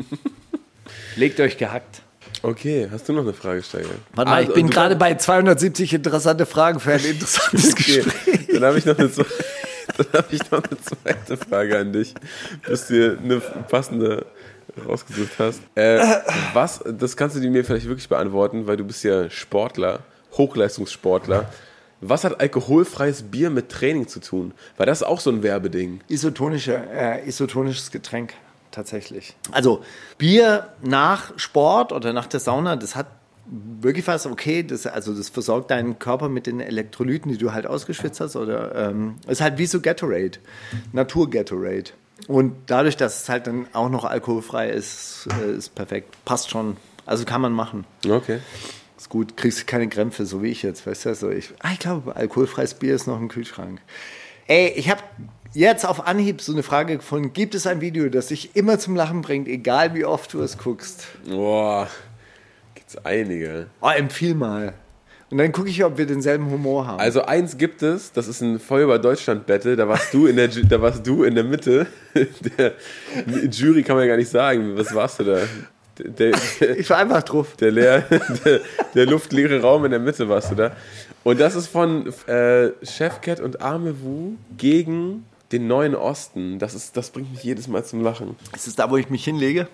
Legt euch gehackt. Okay, hast du noch eine Frage, Steiger? Warte mal, Also, ich bin du- gerade bei zweihundertsiebzig interessante Fragen für ein interessantes Okay, Gespräch. dann habe ich noch eine zwe- dann habe ich noch eine zweite Frage an dich, bis du dir eine passende rausgesucht hast. Äh, was, das kannst du dir mir vielleicht wirklich beantworten, weil du bist ja Sportler, Hochleistungssportler. Was hat alkoholfreies Bier mit Training zu tun? Weil das ist auch so ein Werbeding. Isotonische, äh, isotonisches Getränk, tatsächlich. Also Bier nach Sport oder nach der Sauna, das hat wirklich was, okay, das, also das versorgt deinen Körper mit den Elektrolyten, die du halt ausgeschwitzt hast. Oder ähm, ist halt wie so Gatorade, Natur-Gatorade. Und dadurch, dass es halt dann auch noch alkoholfrei ist, äh, ist perfekt. Passt schon. Also kann man machen. Okay. Ist gut, kriegst keine Krämpfe, so wie ich jetzt, weißt du? Also ich, ah, ich glaube, alkoholfreies Bier ist noch im Kühlschrank. Ey, ich habe jetzt auf Anhieb so eine Frage gefunden. Gibt es ein Video, das dich immer zum Lachen bringt, egal wie oft du es guckst? Boah, gibt's einige. Oh, empfiehl mal. Und dann gucke ich, ob wir denselben Humor haben. Also eins gibt es, das ist ein Feuer über Deutschland-Battle, da warst du in der, Ju- da warst du in der Mitte. Der Jury kann man ja gar nicht sagen. Was warst du da? Der, der, ich war einfach drauf. der, leer, der, der luftleere Raum in der Mitte warst du da. Und das ist von äh, Chefcat und Arme Wu gegen den neuen Osten. Das, ist, das bringt mich jedes Mal zum Lachen. Ist es da, wo ich mich hinlege?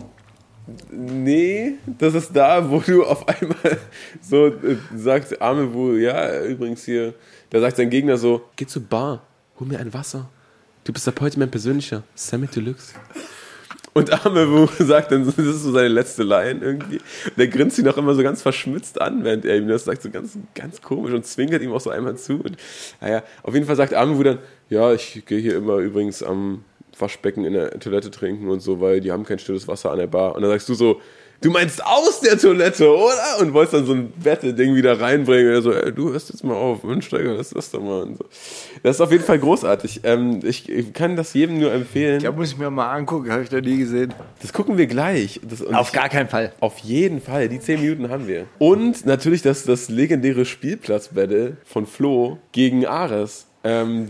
Nee, das ist da, wo du auf einmal so äh, sagst, Arme, wo, ja, übrigens hier, da sagt sein Gegner so, geh zur Bar, hol mir ein Wasser. Du bist ab heute mein persönlicher Sammy Deluxe. Und Amewu sagt dann, das ist so seine letzte Line irgendwie. Und der grinst ihn auch immer so ganz verschmitzt an, während er ihm das sagt, so ganz, ganz komisch und zwinkert ihm auch so einmal zu. Und, naja, auf jeden Fall sagt Amewu dann, ja, ich gehe hier immer übrigens am Waschbecken in der Toilette trinken und so, weil die haben kein stilles Wasser an der Bar. Und dann sagst du so, du meinst aus der Toilette, oder? Und wolltest dann so ein Wette-Ding wieder reinbringen. Und er so, ey, du hörst jetzt mal auf, Münsteiger, lass das doch mal. Und so. Das ist auf jeden Fall großartig. Ähm, ich, ich kann das jedem nur empfehlen. Ja, muss ich mir mal angucken, habe ich da nie gesehen. Das gucken wir gleich. Das, und Auf ich, gar keinen Fall. Auf jeden Fall, die zehn Minuten haben wir. Und natürlich das, das legendäre Spielplatz-Battle von Flo gegen Ares. Ähm,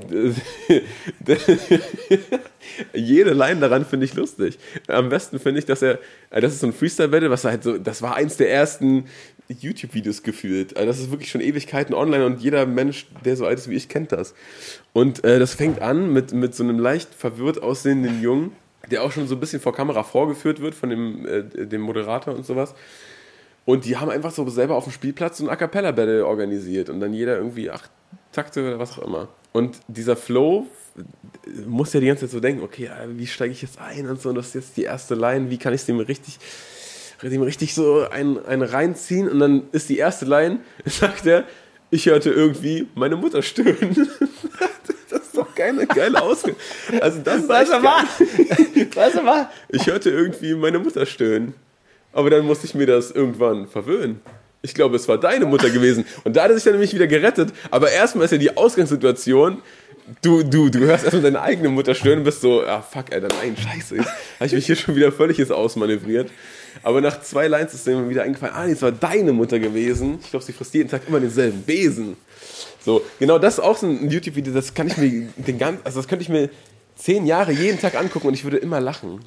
jede Line daran finde ich lustig. Am besten finde ich, dass er, das ist so ein Freestyle-Battle, was halt so, das war eins der ersten YouTube-Videos gefühlt. Also das ist wirklich schon Ewigkeiten online und jeder Mensch, der so alt ist wie ich, kennt das. Und äh, das fängt an mit, mit so einem leicht verwirrt aussehenden Jungen, der auch schon so ein bisschen vor Kamera vorgeführt wird von dem, äh, dem Moderator und sowas. Und die haben einfach so selber auf dem Spielplatz so ein A-Cappella-Battle organisiert und dann jeder irgendwie acht Takte oder was auch immer. Und dieser Flow muss ja die ganze Zeit so denken, okay, wie steige ich jetzt ein und so, und das ist jetzt die erste Line, wie kann ich es dem richtig, dem richtig so einen, einen reinziehen? Und dann ist die erste Line, sagt er, ich hörte irgendwie meine Mutter stöhnen. Das ist doch keine geile Ausgabe. Also das ist Was er war? Was er war? Ich hörte irgendwie meine Mutter stöhnen. Aber dann musste ich mir das irgendwann verwöhnen. Ich glaube, es war deine Mutter gewesen. Und da hat er sich dann nämlich wieder gerettet. Aber erstmal ist ja die Ausgangssituation, du, du, du hörst erstmal deine eigene Mutter stöhnen und bist so, ah fuck, Alter, nein, scheiße. Jetzt habe ich mich hier schon wieder völlig jetzt ausmanövriert. Aber nach zwei Lines ist mir wieder eingefallen, ah, das war deine Mutter gewesen. Ich glaube, sie frisst jeden Tag immer denselben Besen. So, genau, das ist auch so ein YouTube-Video, das kann ich mir den ganzen, also das könnte ich mir zehn Jahre jeden Tag angucken und ich würde immer lachen.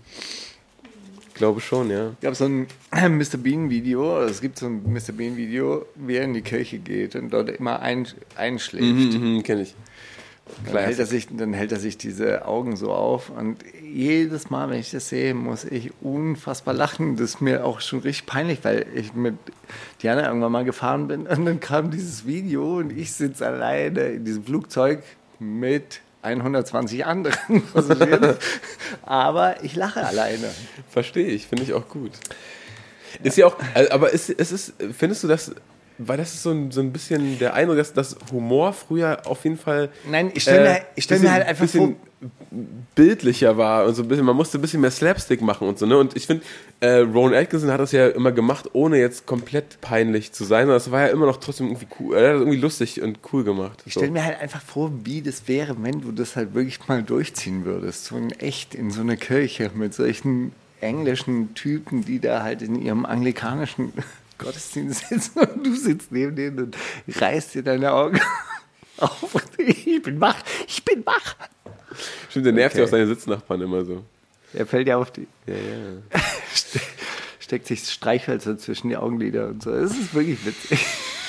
Ich glaube schon, ja. Es gab so ein Mister Bean-Video, es gibt so ein Mister Bean-Video, wie er in die Kirche geht und dort immer ein, einschläft. Mhm, mhm, kenn ich. Dann hält, er sich, dann hält er sich diese Augen so auf und jedes Mal, wenn ich das sehe, muss ich unfassbar lachen. Das ist mir auch schon richtig peinlich, weil ich mit Diana irgendwann mal gefahren bin und dann kam dieses Video und ich sitze alleine in diesem Flugzeug mit hundertzwanzig anderen Passagieren, aber ich lache alleine. Verstehe ich, finde ich auch gut. Ist ja auch, aber ist, ist es, findest du das, weil das ist so ein, so ein bisschen der Eindruck, dass das Humor früher auf jeden Fall Nein, ich stelle mir, äh, ich stell mir halt einfach bisschen vor, bildlicher war und so ein bisschen, man musste ein bisschen mehr Slapstick machen und so, ne? Und ich finde, äh, Rowan Atkinson hat das ja immer gemacht, ohne jetzt komplett peinlich zu sein, sondern das war ja immer noch trotzdem irgendwie cool, er hat das irgendwie lustig und cool gemacht. ich so. stelle mir halt einfach vor, wie das wäre, wenn du das halt wirklich mal durchziehen würdest, so in echt, in so einer Kirche mit solchen englischen Typen, die da halt in ihrem anglikanischen Gottesdienst sitzen und du sitzt neben denen und reißt dir deine Augen auf und ich bin wach, ich bin wach. Stimmt, der nervt Okay. ja auch seine Sitznachbarn immer so. Er fällt ja auf die, Ja, ja. ste- steckt sich Streichhölzer zwischen die Augenlider und so. Es ist wirklich witzig.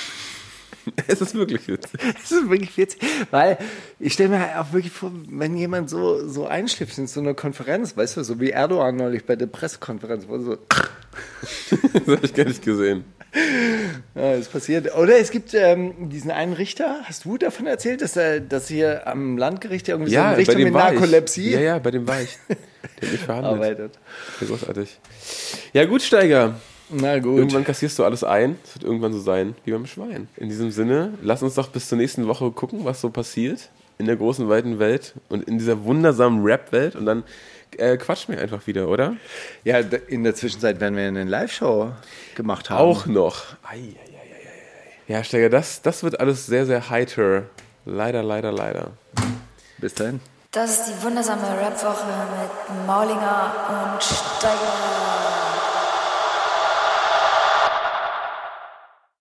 Es ist wirklich witzig. Es ist wirklich witzig, weil ich stelle mir halt auch wirklich vor, wenn jemand so, so einschläft in so einer Konferenz, weißt du, so wie Erdogan neulich bei der Pressekonferenz, wo so, Das habe ich gar nicht gesehen. ja, das passiert. Oder es gibt ähm, diesen einen Richter, hast du davon erzählt, dass, er, dass hier am Landgericht irgendwie so ein Richter mit war ich. Narkolepsie Ja, ja, bei dem war ich. Der hat mich verhandelt. arbeitet? Ja, großartig. Ja gut, Steiger. Na gut. Irgendwann kassierst du alles ein. Es wird irgendwann so sein wie beim Schwein. In diesem Sinne, lass uns doch bis zur nächsten Woche gucken, was so passiert in der großen, weiten Welt und in dieser wundersamen Rap-Welt. Und dann äh, quatschen wir einfach wieder, oder? Ja, d- in der Zwischenzeit werden wir eine Live-Show gemacht haben. Auch noch. Ei, ei, ei, ei, ei. Ja, Steiger, das, das wird alles sehr, sehr heiter. Leider, leider, leider. Bis dahin. Das ist die wundersame Rap-Woche mit Maulinger und Steiger.